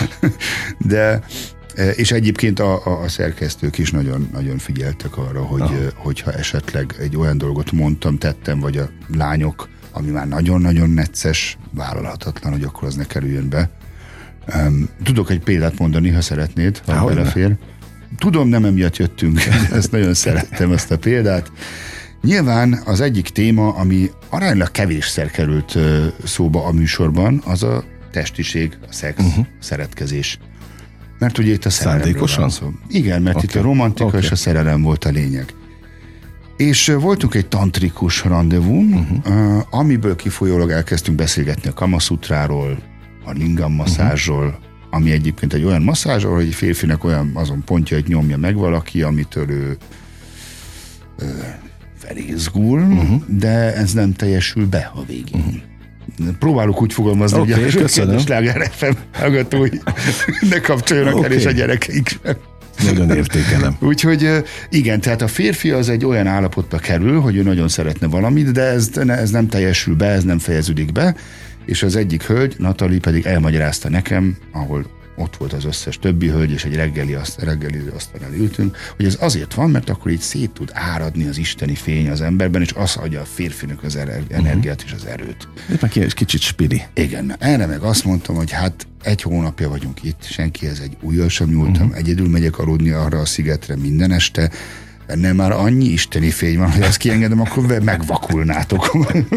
Speaker 3: De és egyébként a, a, a szerkesztők is nagyon, nagyon figyeltek arra, hogy, ah. hogyha esetleg egy olyan dolgot mondtam, tettem, vagy a lányok, ami már nagyon-nagyon necces, vállalhatatlan, hogy akkor az ne kerüljön be. Um, tudok egy példát mondani, ha szeretnéd, ha belefér. Tudom, nem emiatt jöttünk, ezt nagyon szerettem, ezt a példát. Nyilván az egyik téma, ami aránylag kevésszer került szóba a műsorban, az a testiség, a szex, uh-huh. a szeretkezés. Mert ugye itt a szerelemről van szó. Igen, mert okay. itt a romantika okay. és a szerelem volt a lényeg. És voltunk egy tantrikus randevún, uh-huh. amiből kifolyólag elkezdtünk beszélgetni a Kamaszutráról, a lingam masszázsról, uh-huh. ami egyébként egy olyan masszázs, ahol egy férfinek olyan azon pontjait nyomja meg valaki, amitől ő ö, felizgul, uh-huh. de ez nem teljesül be a végén. Uh-huh. Próbálok úgy fogalmazni, okay, hogy a kedves Sláger ef em hallgatói ne kapcsoljanak okay. el, és a gyerekeik sem.
Speaker 2: Nagyon értékelem.
Speaker 3: Úgyhogy igen, tehát a férfi az egy olyan állapotba kerül, hogy ő nagyon szeretne valamit, de ez, ez nem teljesül be, ez nem fejeződik be, és az egyik hölgy, Natali pedig elmagyarázta nekem, ahol ott volt az összes többi hölgy, és egy reggeli, azt, reggeli asztalnál ültünk, hogy ez azért van, mert akkor így szét tud áradni az isteni fény az emberben, és az adja a férfinak az energiát és az erőt.
Speaker 2: Ez meg egy kicsit spiri.
Speaker 3: Igen, erre meg azt mondtam, hogy hát egy hónapja vagyunk itt, senkihez egy ujjal sem nyúltam, uh-huh. egyedül megyek aludni arra a szigetre minden este, bennem már annyi isteni fény van, hogy ezt kiengedem, akkor megvakulnátok.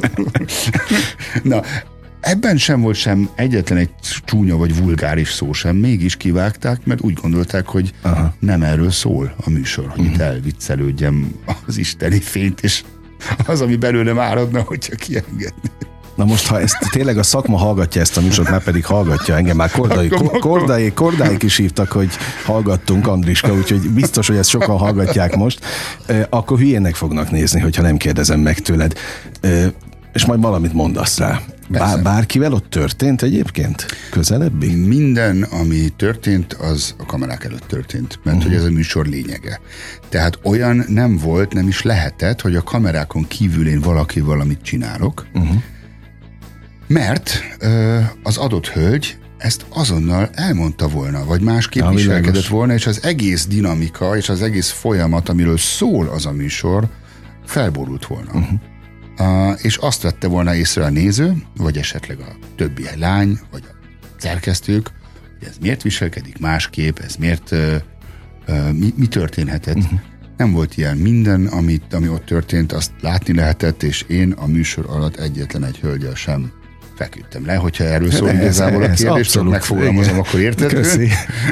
Speaker 3: Na, ebben sem volt sem egyetlen egy csúnya vagy vulgáris szó sem, mégis kivágták, mert úgy gondolták, hogy Aha. nem erről szól a műsor, hogy uh-huh. itt elviccelődjem az isteni fényt, és az, ami belőlem áradna, hogyha kiengedni.
Speaker 2: Na most, ha ezt tényleg a szakma hallgatja ezt a műsort, már pedig hallgatja engem, már kordai, kordai, kordáik is hívtak, hogy hallgattunk, Andriska, úgyhogy biztos, hogy ezt sokan hallgatják most, akkor hülyének fognak nézni, hogyha nem kérdezem meg tőled. És majd valamit mondasz rá. Bár, bárkivel ott történt egyébként? Közelebbi?
Speaker 3: Minden, ami történt, az a kamerák előtt történt, mert uh-huh. hogy ez a műsor lényege. Tehát olyan nem volt, nem is lehetett, hogy a kamerákon kívül én valaki valamit csinálok, uh-huh. mert ö, az adott hölgy ezt azonnal elmondta volna, vagy másképp ja, viselkedett volna, és az egész dinamika, és az egész folyamat, amiről szól az a műsor, felborult volna. Uh-huh. Uh, és azt vette volna észre a néző, vagy esetleg a többi lány, vagy a szerkesztők, hogy ez miért viselkedik másképp, ez miért, uh, uh, mi, mi történhetett. Uh-huh. Nem volt ilyen. Minden, amit, ami ott történt, azt látni lehetett, és én a műsor alatt egyetlen egy hölgyel sem feküdtem le, hogyha erről szól igazából a kérdés, csak megfogalmazom, akkor érted? uh,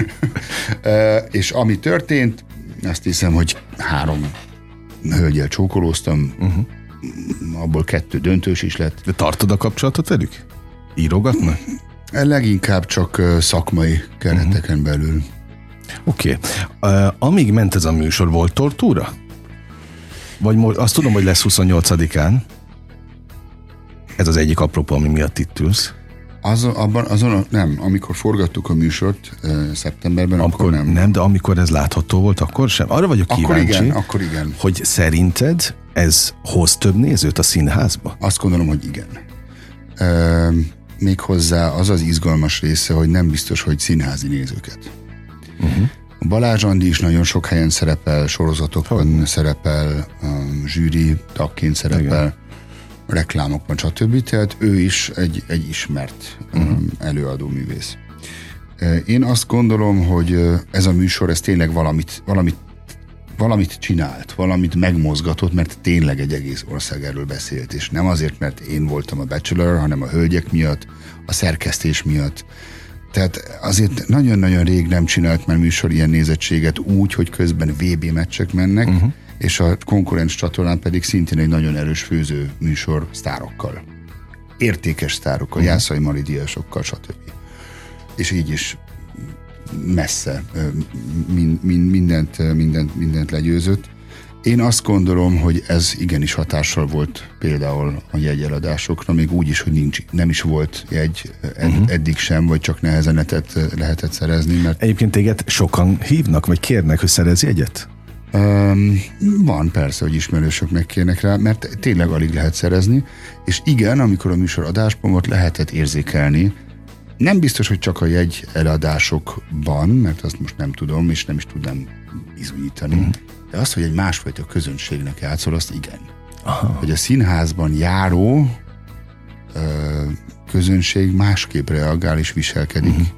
Speaker 3: és ami történt, azt hiszem, hogy három hölgyel csókolóztam, uh-huh. abból kettő döntős is lett.
Speaker 2: De tartod a kapcsolatot velük? Írogatnak?
Speaker 3: Leginkább csak szakmai kereteken uh-huh. belül.
Speaker 2: Oké. Okay. Uh, amíg ment ez a műsor, volt tortúra? Vagy most, azt tudom, hogy lesz huszonnyolcadikán. Ez az egyik apropó, ami miatt itt ülsz.
Speaker 3: Az, abban, azon, nem, amikor forgattuk a műsort uh, szeptemberben, amikor, akkor nem.
Speaker 2: Nem, de amikor ez látható volt, akkor sem? Arra vagyok
Speaker 3: akkor
Speaker 2: kíváncsi,
Speaker 3: igen, akkor igen.
Speaker 2: hogy szerinted ez hoz több nézőt a színházba?
Speaker 3: Azt gondolom, hogy igen. Uh, méghozzá az az izgalmas része, hogy nem biztos, hogy színházi nézőket. Uh-huh. Balázs Andi is nagyon sok helyen szerepel, sorozatokban hogy? szerepel, um, zsűri tagként szerepel, igen. reklámokban, stb. Tehát ő is egy, egy ismert uh-huh. um, előadó művész. Én azt gondolom, hogy ez a műsor, ez tényleg valamit, valamit, valamit csinált, valamit megmozgatott, mert tényleg egy egész ország erről beszélt, és nem azért, mert én voltam a Bachelor, hanem a hölgyek miatt, a szerkesztés miatt. Tehát azért nagyon-nagyon rég nem csinált már műsor ilyen nézettséget úgy, hogy közben vé bé meccsek mennek, uh-huh. és a konkurens csatornán pedig szintén egy nagyon erős főző műsor sztárokkal. Értékes sztárokkal, uh-huh. Jászai Mari díjasokkal, stb. És így is messze min, min, mindent, mindent, mindent legyőzött. Én azt gondolom, hogy ez igenis hatással volt például a jegyeladásokra, még úgy is, hogy nincs, nem is volt jegy ed, uh-huh. eddig sem, vagy csak nehezen lehetett, lehetett szerezni. Mert
Speaker 2: egyébként téged sokan hívnak, vagy kérnek, hogy szerezz jegyet?
Speaker 3: Um, van persze, hogy ismerősök megkérnek rá, mert tényleg alig lehet szerezni, és igen, amikor a műsor adásban volt, lehetett érzékelni. Nem biztos, hogy csak a jegy eladásokban, mert azt most nem tudom, és nem is tudnám bizonyítani, uh-huh. de azt, hogy egy másfajta közönségnek játszol, azt igen. Aha. Hogy a színházban járó ö, közönség másképp reagál és viselkedik. Uh-huh.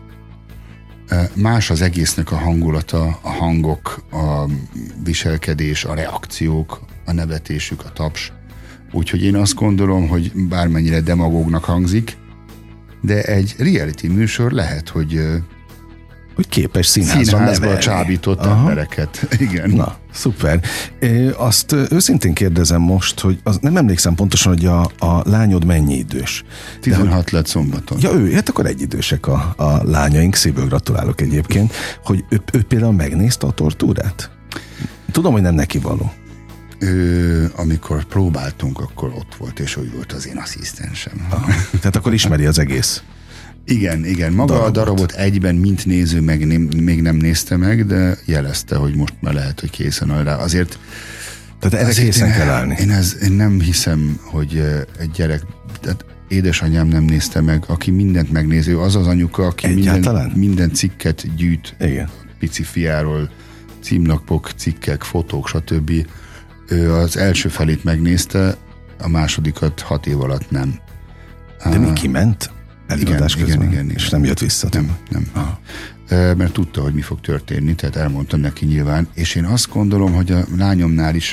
Speaker 3: Más az egésznek a hangulata, a hangok, a viselkedés, a reakciók, a nevetésük, a taps. Úgyhogy én azt gondolom, hogy bármennyire demagógnak hangzik, de egy reality műsor lehet, hogy
Speaker 2: hogy képes színházban,
Speaker 3: színházban csábított Aha. embereket. Igen.
Speaker 2: Na, szuper. É, azt őszintén kérdezem most, hogy az, nem emlékszem pontosan, hogy a, a lányod mennyi idős.
Speaker 3: tizenhat lett szombaton.
Speaker 2: Ja, ő, hát akkor egyidősek a, a lányaink, szívből gratulálok egyébként, hogy ő, ő például megnézte a tortúrát? Tudom, hogy nem neki való.
Speaker 3: Ő, amikor próbáltunk, akkor ott volt, és úgy volt az én asszisztensem.
Speaker 2: Aha. Tehát akkor ismeri az egész.
Speaker 3: Igen, igen. Maga darabot. a darabot egyben, mint néző meg nem, még nem nézte meg, de jelezte, hogy most már lehet, hogy készen áll rá. Azért...
Speaker 2: Tehát erre
Speaker 3: azért
Speaker 2: készen
Speaker 3: én,
Speaker 2: kell állni.
Speaker 3: Én, ez, én nem hiszem, hogy egy gyerek... Tehát édesanyám nem nézte meg, aki mindent megnéző, az az anyuka, aki minden, minden cikket gyűjt.
Speaker 2: Igen.
Speaker 3: Pici fiáról, címlapok, cikkek, fotók, stb. Ő az első felét megnézte, a másodikat hat év alatt nem.
Speaker 2: De mi kiment? Előadás
Speaker 3: igen,
Speaker 2: közben,
Speaker 3: igen, igen,
Speaker 2: és
Speaker 3: igen.
Speaker 2: nem jött vissza.
Speaker 3: Nem, nem. Aha. Mert tudta, hogy mi fog történni, tehát elmondtam neki nyilván, és én azt gondolom, hogy a lányomnál is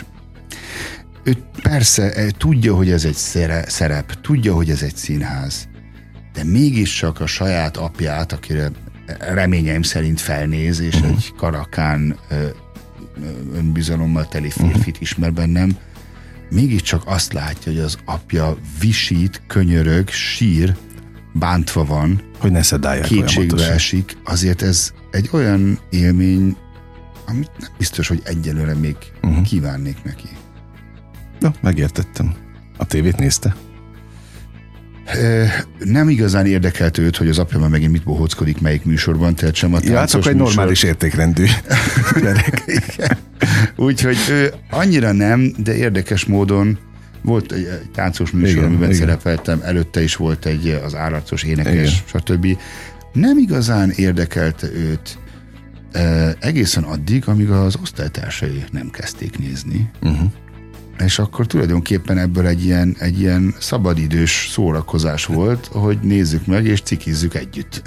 Speaker 3: ő persze tudja, hogy ez egy szerep, tudja, hogy ez egy színház, de mégiscsak a saját apját, akire reményeim szerint felnéz, és uh-huh. egy karakán önbizalommal teli férfit uh-huh. ismer bennem, mégiscsak azt látja, hogy az apja visít, könyörög, sír, bántva van,
Speaker 2: hogy ne szedálják,
Speaker 3: kétségbe esik, azért ez egy olyan élmény, amit nem biztos, hogy egyelőre még uh-huh. kívánnék neki.
Speaker 2: Ja, megértettem. A tévét nézte?
Speaker 3: E, nem igazán érdekelt őt, hogy az apja már megint mit bohóckodik, melyik műsorban, tehát sem a táncos
Speaker 2: ja, csak egy
Speaker 3: műsor.
Speaker 2: normális értékrendű gyerek.
Speaker 3: Úgyhogy ő annyira nem, de érdekes módon volt egy, egy táncos műsor, igen, amiben igen. szerepeltem, előtte is volt egy az állarcos énekes, igen. stb. Nem igazán érdekelte őt e, egészen addig, amíg az osztálytársai nem kezdték nézni. Uh-huh. És akkor tulajdonképpen ebből egy ilyen, egy ilyen szabadidős szórakozás volt, hogy nézzük meg és cikizzük együtt.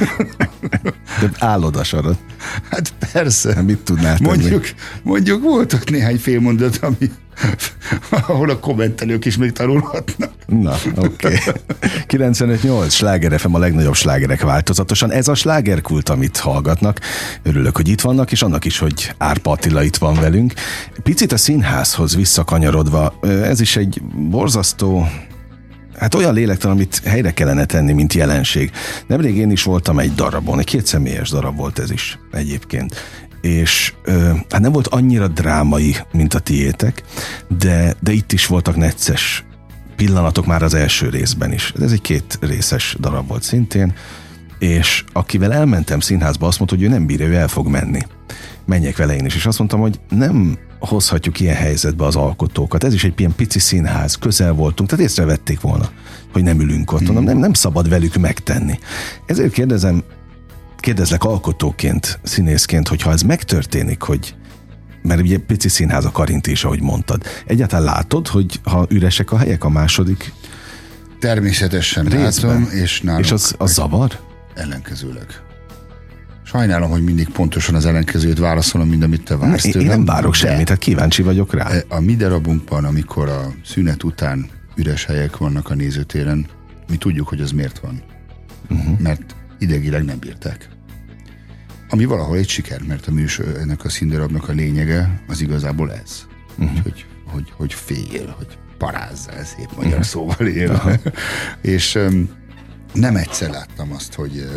Speaker 2: De állod a sarat.
Speaker 3: Hát persze.
Speaker 2: Mit tudnál tenni?
Speaker 3: Mondjuk, mondjuk volt ott néhány félmondat, ami, ahol a kommentelők is még tanulhatnak.
Speaker 2: Na, oké. Okay. kilencvenöt nyolc Sláger ef em, a legnagyobb slágerek változatosan. Ez a slágerkult, amit hallgatnak. Örülök, hogy itt vannak, és annak is, hogy Árpa Attila itt van velünk. Picit a színházhoz visszakanyarodva, ez is egy borzasztó, hát olyan lélektelen, amit helyre kellene tenni, mint jelenség. Nemrég én is voltam egy darabon, egy kétszemélyes darab volt ez is egyébként. És hát nem volt annyira drámai, mint a tiétek, de, de itt is voltak necces pillanatok már az első részben is. Ez egy két részes darab volt szintén, és akivel elmentem színházba, azt mondta, hogy ő nem bírja, ő el fog menni. Menjek vele én is. És azt mondtam, hogy nem hozhatjuk ilyen helyzetbe az alkotókat. Ez is egy ilyen pici színház, közel voltunk, tehát észrevették volna, hogy nem ülünk ott. Mondom, nem, nem szabad velük megtenni. Ezért kérdezem, kérdezlek alkotóként, színészként, hogyha ez megtörténik, hogy mert ugye pici színház a Karint is, ahogy mondtad. Egyáltalán látod, hogy ha üresek a helyek a második
Speaker 3: természetesen részben látom, és nálunk...
Speaker 2: És az, az zavar?
Speaker 3: Ellenkezőleg. Sajnálom, hogy mindig pontosan az ellenkezőt válaszolom, mint amit te vársz tőlem.
Speaker 2: Én nem várok semmit, tehát kíváncsi vagyok rá.
Speaker 3: A mi darabunkban, amikor a szünet után üres helyek vannak a nézőtéren, mi tudjuk, hogy az miért van. Uh-huh. Mert idegileg nem bírták. Ami valahol egy siker, mert a műsor, ennek a színdarabnak a lényege az igazából ez. Uh-huh. Hogy, hogy, hogy fél, hogy parázzál, szép magyar uh-huh. szóval él. Uh-huh. És um, nem egyszer láttam azt, hogy uh,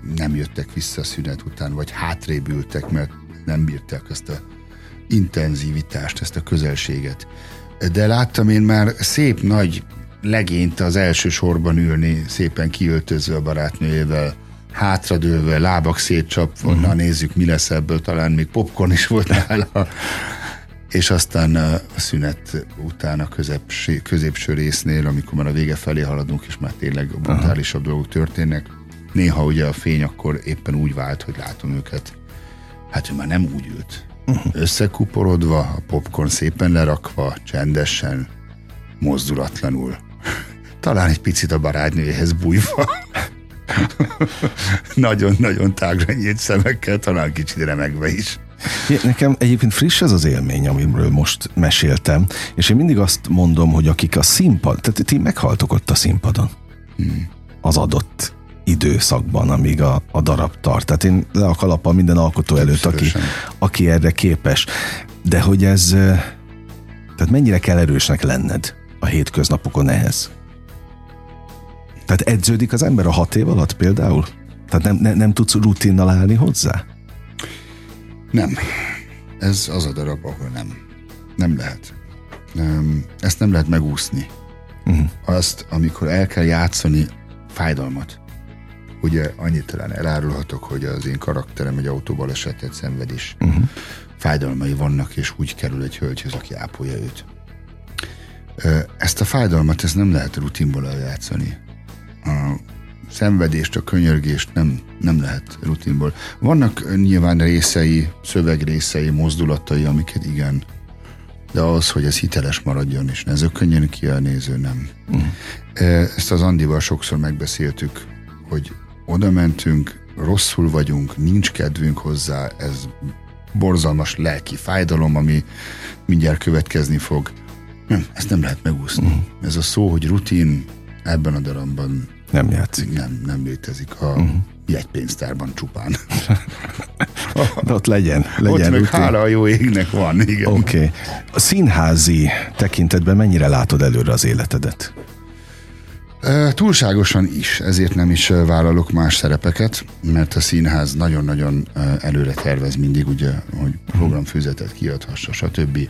Speaker 3: nem jöttek vissza a szünet után, vagy hátrébb ültek, mert nem bírták ezt a intenzivitást, ezt a közelséget. De láttam én már szép nagy legényt az első sorban ülni, szépen kiöltözve a barátnőjével, hátradőlve, lábak szétcsapva, uh-huh. na nézzük, mi lesz ebből, talán még popcorn is volt nála. És aztán a szünet után a középső, középső résznél, amikor már a vége felé haladunk, és már tényleg brutálisabb uh-huh. dolgok történnek, néha ugye a fény akkor éppen úgy vált, hogy látom őket, hát ő már nem úgy ült. Uh-huh. Összekuporodva, a popcorn szépen lerakva, csendesen, mozdulatlanul. Talán egy picit a barátnőjéhez bújva. Nagyon-nagyon tágra nyílt szemekkel, talán kicsit remegve is.
Speaker 2: Nekem egyébként friss ez az élmény, amiről most meséltem, és én mindig azt mondom, hogy akik a színpad, tehát ti meghaltok ott a színpadon. Hmm. Az adott időszakban, amíg a, a darab tart. Tehát én le a kalappal minden alkotó előtt, aki, aki erre képes. De hogy ez, tehát mennyire kell erősnek lenned a hétköznapokon ehhez? Tehát edződik az ember a hat év alatt például? Tehát nem, nem, nem tudsz rutinnal állni hozzá?
Speaker 3: Nem. Ez az a darab, ahol nem. Nem lehet. Ezt nem lehet megúszni. Uh-huh. Azt, amikor el kell játszani fájdalmat. Ugye annyit talán elárulhatok, hogy az én karakterem egy autóbalesetet szenved is. Uh-huh. Fájdalmai vannak, és úgy kerül egy hölgyhöz, aki ápolja őt. Ezt a fájdalmat, ezt nem lehet rutinból eljátszani. A szenvedést, a könyörgést nem, nem lehet rutinból. Vannak nyilván részei, szövegrészei, mozdulatai, amiket igen, de az, hogy ez hiteles maradjon, és ne zökkönjön ki a néző, nem. Uh-huh. Ezt az Andival sokszor megbeszéltük, hogy oda mentünk, rosszul vagyunk, nincs kedvünk hozzá, ez borzalmas lelki fájdalom, ami mindjárt következni fog. Nem, ezt nem lehet megúszni. Uh-huh. Ez a szó, hogy rutin ebben a darabban
Speaker 2: nem játszik.
Speaker 3: Nem, nem létezik a uh-huh. jegypénztárban csupán.
Speaker 2: De ott legyen. legyen
Speaker 3: ott meg
Speaker 2: rutin.
Speaker 3: Hála a jó égnek van, igen.
Speaker 2: Oké. Okay. A színházi tekintetben mennyire látod előre az életedet?
Speaker 3: Uh, túlságosan is, ezért nem is vállalok más szerepeket, mert a színház nagyon-nagyon uh, előre tervez mindig, ugye, hogy programfüzetet kiadhassa, stb.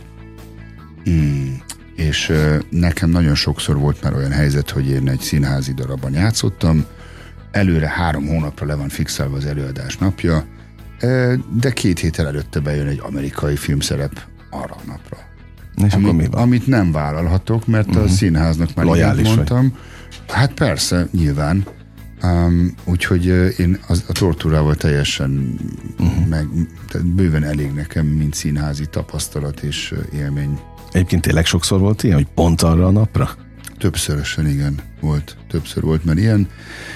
Speaker 3: Mm. És uh, nekem nagyon sokszor volt már olyan helyzet, hogy én egy színházi darabban játszottam, előre három hónapra le van fixálva az előadás napja, uh, de két héttel előtte bejön egy amerikai filmszerep arra a napra.
Speaker 2: És
Speaker 3: Ami,
Speaker 2: akkor mi van?
Speaker 3: Amit nem vállalhatok, mert uh-huh. a színháznak már
Speaker 2: lojális
Speaker 3: igen mondtam. Vagy. Hát persze, nyilván. Um, úgyhogy uh, én az, a tortúrával teljesen uh-huh. meg, tehát bőven elég nekem, mint színházi tapasztalat és uh, élmény.
Speaker 2: Egyébként tényleg sokszor volt ilyen, hogy pont arra a napra?
Speaker 3: Többszörösen igen volt. Többször volt, mert ilyen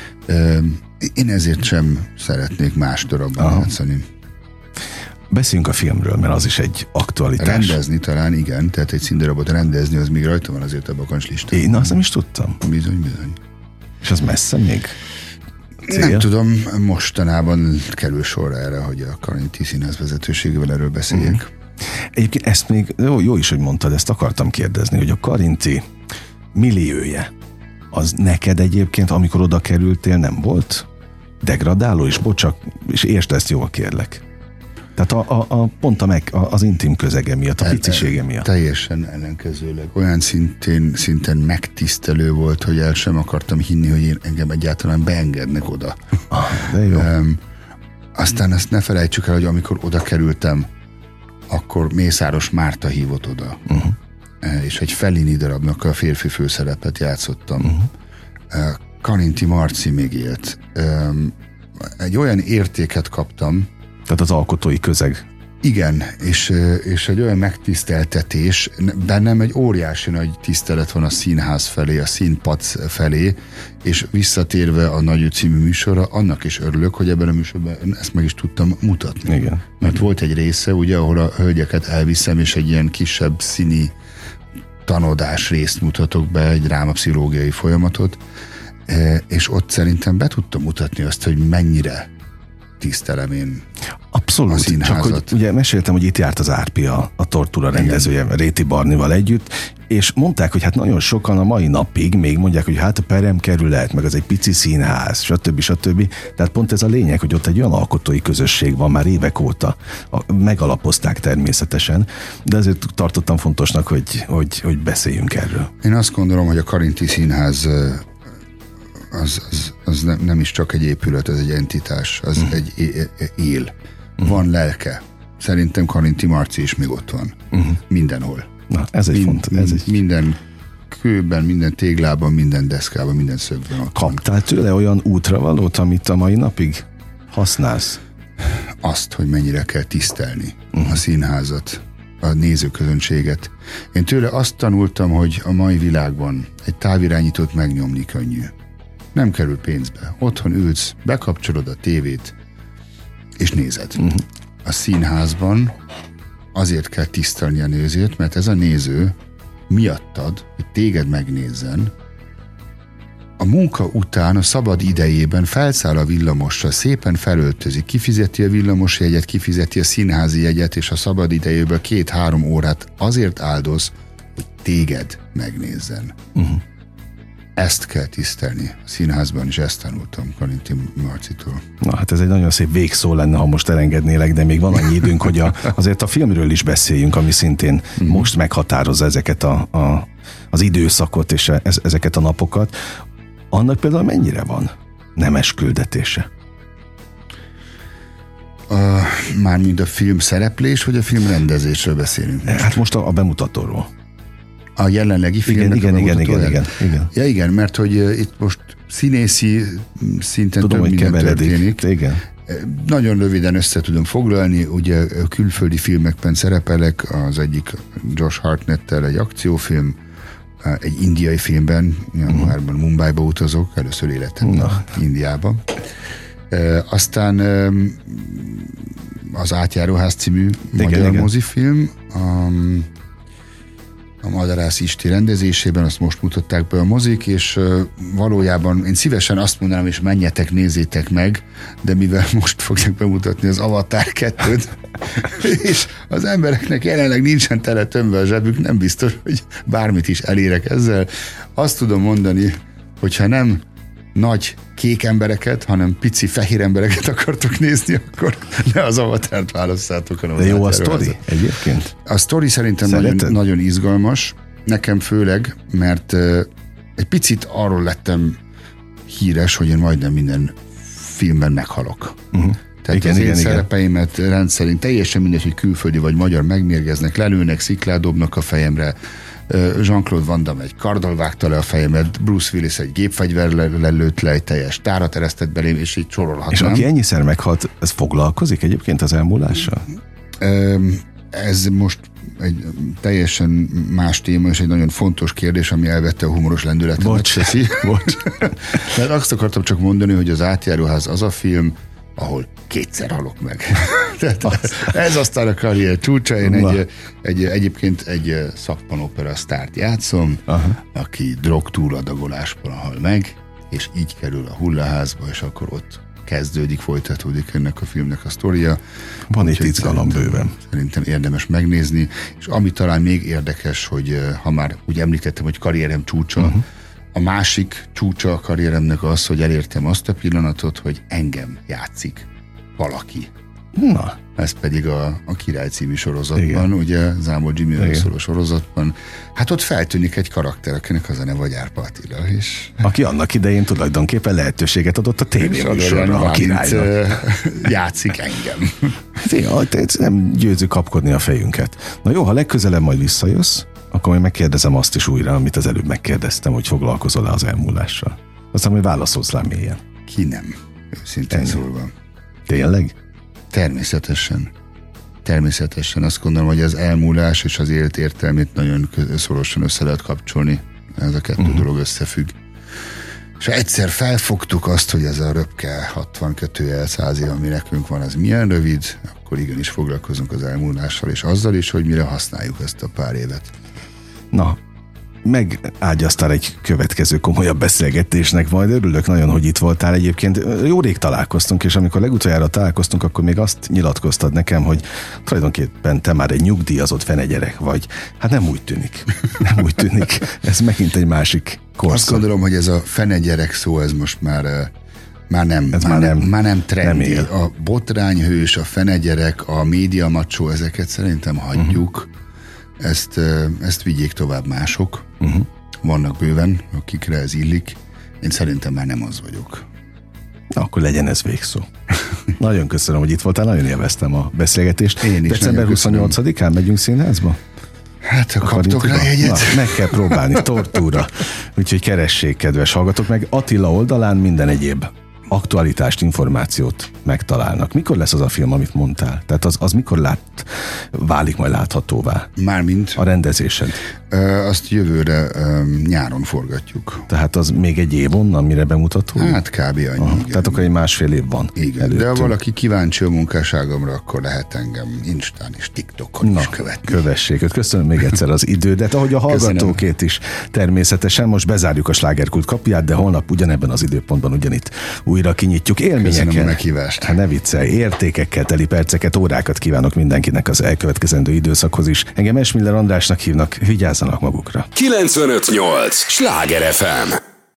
Speaker 3: um, én ezért sem szeretnék más darabban játszani.
Speaker 2: Beszéljünk a filmről, mert az is egy aktualitás.
Speaker 3: Rendezni talán, igen, tehát egy színdarabot rendezni, az még rajta van azért a bakancslistán.
Speaker 2: Én azt nem is tudtam.
Speaker 3: Bizony, bizony.
Speaker 2: És az messze még?
Speaker 3: Cél? Nem tudom, mostanában kerül sorra erre, hogy a Karinti Színház vezetőségével erről beszéljek. Mm.
Speaker 2: Egyébként ezt még, jó, jó is, hogy mondtad, ezt akartam kérdezni, hogy a Karinti milliója, az neked egyébként, amikor oda kerültél, nem volt degradáló, és bocsak, és értsd ezt jól, kérlek. Tehát a, a, a, pont a meg, a, az intim közege miatt, a el, picisége miatt.
Speaker 3: Teljesen ellenkezőleg. Olyan szintén, szinten megtisztelő volt, hogy el sem akartam hinni, hogy én engem egyáltalán beengednek oda.
Speaker 2: Ah, de jó. Um,
Speaker 3: aztán azt ne felejtsük el, hogy amikor oda kerültem, akkor Mészáros Márta hívott oda. Uh-huh. És egy Fellini darabnak a férfi főszerepet játszottam. Uh-huh. Karinti Marci még élt. Um, egy olyan értéket kaptam,
Speaker 2: tehát az alkotói közeg.
Speaker 3: Igen, és, és egy olyan megtiszteltetés, bennem egy óriási nagy tisztelet van a színház felé, a színpad felé, és visszatérve a Nagy Ü című műsorra, annak is örülök, hogy ebben a műsorban ezt meg is tudtam mutatni.
Speaker 2: Igen.
Speaker 3: Mert volt egy része, ugye, ahol a hölgyeket elviszem, és egy ilyen kisebb színi tanodás részt mutatok be, egy drámapszichológiai folyamatot, és ott szerintem be tudtam mutatni azt, hogy mennyire tisztelem én.
Speaker 2: A Abszolút,
Speaker 3: a színházat.
Speaker 2: csak hogy ugye meséltem, hogy itt járt az Árpi, a, a Tortúra rendezője, Réti Barnival együtt, és mondták, hogy hát nagyon sokan a mai napig még mondják, hogy hát a peremkerület, meg az egy pici színház, stb. stb. Tehát pont ez a lényeg, hogy ott egy olyan alkotói közösség van már évek óta, a, megalapozták természetesen, de ezért tartottam fontosnak, hogy, hogy, hogy beszéljünk erről.
Speaker 3: Én azt gondolom, hogy a Karinti Színház az, az, az nem, nem is csak egy épület, ez egy entitás, az uh-huh. egy él. Uh-huh. Van lelke. Szerintem Karinti Marci is még ott van. Uh-huh. Mindenhol.
Speaker 2: Na, ez egy
Speaker 3: Mind,
Speaker 2: font. Ez egy...
Speaker 3: Minden kőben, minden téglában, minden deszkában, minden szögben ott
Speaker 2: Kaptál
Speaker 3: van.
Speaker 2: tőle olyan útravalót, amit a mai napig használsz?
Speaker 3: Azt, hogy mennyire kell tisztelni uh-huh. a színházat, a nézőközönséget. Én tőle azt tanultam, hogy a mai világban egy távirányítót megnyomni könnyű. Nem kerül pénzbe. Otthon ülsz, bekapcsolod a tévét, és nézed. Uh-huh. A színházban azért kell tisztelni a nézőt, mert ez a néző miattad, hogy téged megnézzen, a munka után, a szabad idejében felszáll a villamosra, szépen felöltözik, kifizeti a villamosjegyet, kifizeti a színházi jegyet, és a szabad idejéből két-három órát azért áldoz, hogy téged megnézzen. Uh-huh. Ezt kell tisztelni a színházban, és ezt tanultam Karinti Marcitól.
Speaker 2: Na hát ez egy nagyon szép végszó lenne, ha most elengednélek, de még van annyi időnk, hogy a, azért a filmről is beszéljünk, ami szintén mm. most meghatározza ezeket a, a, az időszakot és ez, ezeket a napokat. Annak például mennyire van nemes küldetése?
Speaker 3: A, mármint a film szereplés, vagy a film rendezésről beszélünk?
Speaker 2: Hát most a, a bemutatóról.
Speaker 3: A jelenlegi filmnek
Speaker 2: igen, igen, igen, igen, igen.
Speaker 3: Ja igen, mert hogy uh, itt most színészi szinten
Speaker 2: tudom,
Speaker 3: több
Speaker 2: hogy
Speaker 3: minden történik.
Speaker 2: Igen.
Speaker 3: Nagyon röviden össze tudom foglalni, ugye külföldi filmekben szerepelek, az egyik Josh Hartnettel egy akciófilm, egy indiai filmben, januárban uh-huh. Mumbaiba utazok, először életemben uh-huh. Indiába. E, aztán az Átjáróház című
Speaker 2: igen,
Speaker 3: magyar
Speaker 2: igen.
Speaker 3: mozifilm, um, a Madarász Isti rendezésében, azt most mutatták be a mozik, és uh, valójában én szívesen azt mondanám, és menjetek, nézzétek meg, de mivel most fogják bemutatni az Avatar kettőt, és az embereknek jelenleg nincsen tele tömve a zsebük, nem biztos, hogy bármit is elérek ezzel. Azt tudom mondani, hogyha nem nagy kék embereket, hanem pici fehér embereket akartok nézni, akkor ne az Avatárt válasszátok, hanem
Speaker 2: de
Speaker 3: az
Speaker 2: jó a
Speaker 3: Átjáróházat.
Speaker 2: sztori egyébként?
Speaker 3: A sztori szerintem nagyon, nagyon izgalmas, nekem főleg, mert uh, egy picit arról lettem híres, hogy én majdnem minden filmben meghalok. Uh-huh. Tehát igen, az igen, én igen. szerepeimet rendszerint teljesen mindegy, hogy külföldi vagy magyar, megmérgeznek, lelőnek, sziklát dobnak a fejemre. Jean-Claude Van Damme egy karddal vágta le a fejemet, Bruce Willis egy gépfegyverrel lelőtt le, egy teljes tárat eresztett belém, és így sorolhatnám.
Speaker 2: És aki ennyiszer meghalt, ez foglalkozik egyébként az elmúlással?
Speaker 3: Ez most egy teljesen más téma, és egy nagyon fontos kérdés, ami elvette a humoros lendületet.
Speaker 2: Bocs, bocs.
Speaker 3: Mert azt akartam csak mondani, hogy az Átjáróház az a film, ahol kétszer halok meg. Tehát ez aztán a karrier csúcsa. Én egy, egy, egyébként egy szappanopera sztárt játszom, aha. aki drogtúladagolásban hal meg, és így kerül a hullaházba, és akkor ott kezdődik, folytatódik ennek a filmnek a sztoria.
Speaker 2: Van itt izgalom bőven.
Speaker 3: Szerintem érdemes megnézni, és ami talán még érdekes, hogy ha már úgy említettem, hogy karrierem csúcsa, uh-huh. a másik csúcsa a karrieremnek az, hogy elértem azt a pillanatot, hogy engem játszik valaki.
Speaker 2: Na.
Speaker 3: Ez pedig a, a Király című sorozatban, igen. ugye Zámol Jimmy szóló sorozatban. Hát ott feltűnik egy karakter, akinek az a neve vagy Árpa Attila. És...
Speaker 2: Aki annak idején tulajdonképpen lehetőséget adott a tévéműsorra, a királynak.
Speaker 3: Játszik engem.
Speaker 2: Tényleg, nem győző kapkodni a fejünket. Na jó, ha legközelebb majd visszajössz, akkor majd megkérdezem azt is újra, amit az előbb megkérdeztem, hogy foglalkozol-e az elmúlással. Aztán majd válaszolsz rá mélyen.
Speaker 3: Ki nem, őszintén ennyi. Szólva.
Speaker 2: Tényleg?
Speaker 3: Természetesen. Természetesen. Azt gondolom, hogy az elmúlás és az élet értelmét nagyon szorosan össze lehet kapcsolni. Ez a kettő uh-huh. dolog összefügg. És ha egyszer felfogtuk azt, hogy ez a röpke hatvan kötőjel száz év, ami nekünk van, az milyen rövid, akkor igenis foglalkozunk az elmúlással, és azzal is, hogy mire használjuk ezt a pár évet.
Speaker 2: Na, megágyaztál egy következő komolyabb beszélgetésnek, majd örülök nagyon, hogy itt voltál. Egyébként jó rég találkoztunk, és amikor legutoljára találkoztunk, akkor még azt nyilatkoztad nekem, hogy tulajdonképpen te már egy nyugdíjazott fenegyerek vagy. Hát nem úgy tűnik. Nem úgy tűnik. Ez megint egy másik korszak.
Speaker 3: Azt gondolom, hogy ez a fenegyerek szó, ez most már... Már nem,
Speaker 2: Ez
Speaker 3: már,
Speaker 2: már
Speaker 3: nem,
Speaker 2: nem,
Speaker 3: már nem trendi.
Speaker 2: nem
Speaker 3: a botrányhős, a fenegyerek, a médiamacsó, ezeket szerintem hagyjuk. Uh-huh. Ezt, ezt vigyék tovább mások. Uh-huh. Vannak bőven, akikre ez illik. Én szerintem már nem az vagyok.
Speaker 2: Na, akkor legyen ez végszó. Nagyon köszönöm, hogy itt voltál, nagyon élveztem a beszélgetést.
Speaker 3: Én is
Speaker 2: december huszonnyolcadikán megyünk színházba?
Speaker 3: Hát, ha kaptok rá jegyet.
Speaker 2: Na, meg kell próbálni, tortúra. Úgyhogy keressék, kedves hallgatók, meg Attila oldalán minden egyéb aktualitást, információt megtalálnak. Mikor lesz az a film, amit mondtál? Tehát az, az mikor lát, válik majd láthatóvá?
Speaker 3: Mármint?
Speaker 2: A rendezésed.
Speaker 3: Ö, azt jövőre ö, nyáron forgatjuk.
Speaker 2: Tehát az még egy év onnan, mire bemutató?
Speaker 3: Hát kb. Annyi.
Speaker 2: Tehát akkor egy másfél év van.
Speaker 3: Igen, előttünk. De ha valaki kíváncsi a munkásságomra, akkor lehet engem Instán és TikTokon
Speaker 2: Na,
Speaker 3: is követni.
Speaker 2: Kövessék őt. Köszönöm még egyszer az idődet, ahogy a hallgatókét is természetesen. Most bezárjuk a Slágerkult kapuját, de holnap ugyanebben az időpontban ugyanitt újra kinyitjuk. Élményekkel.
Speaker 3: Köszönöm a meghívást.
Speaker 2: Hát ne viccelj, értékekkel teli perceket, órákat kívánok mindenkinek az elkövetkezendő időszakhoz is. Engem Esmiller Andrásnak hívnak, vigyázzanak magukra.
Speaker 1: kilencvenöt nyolc Sláger ef em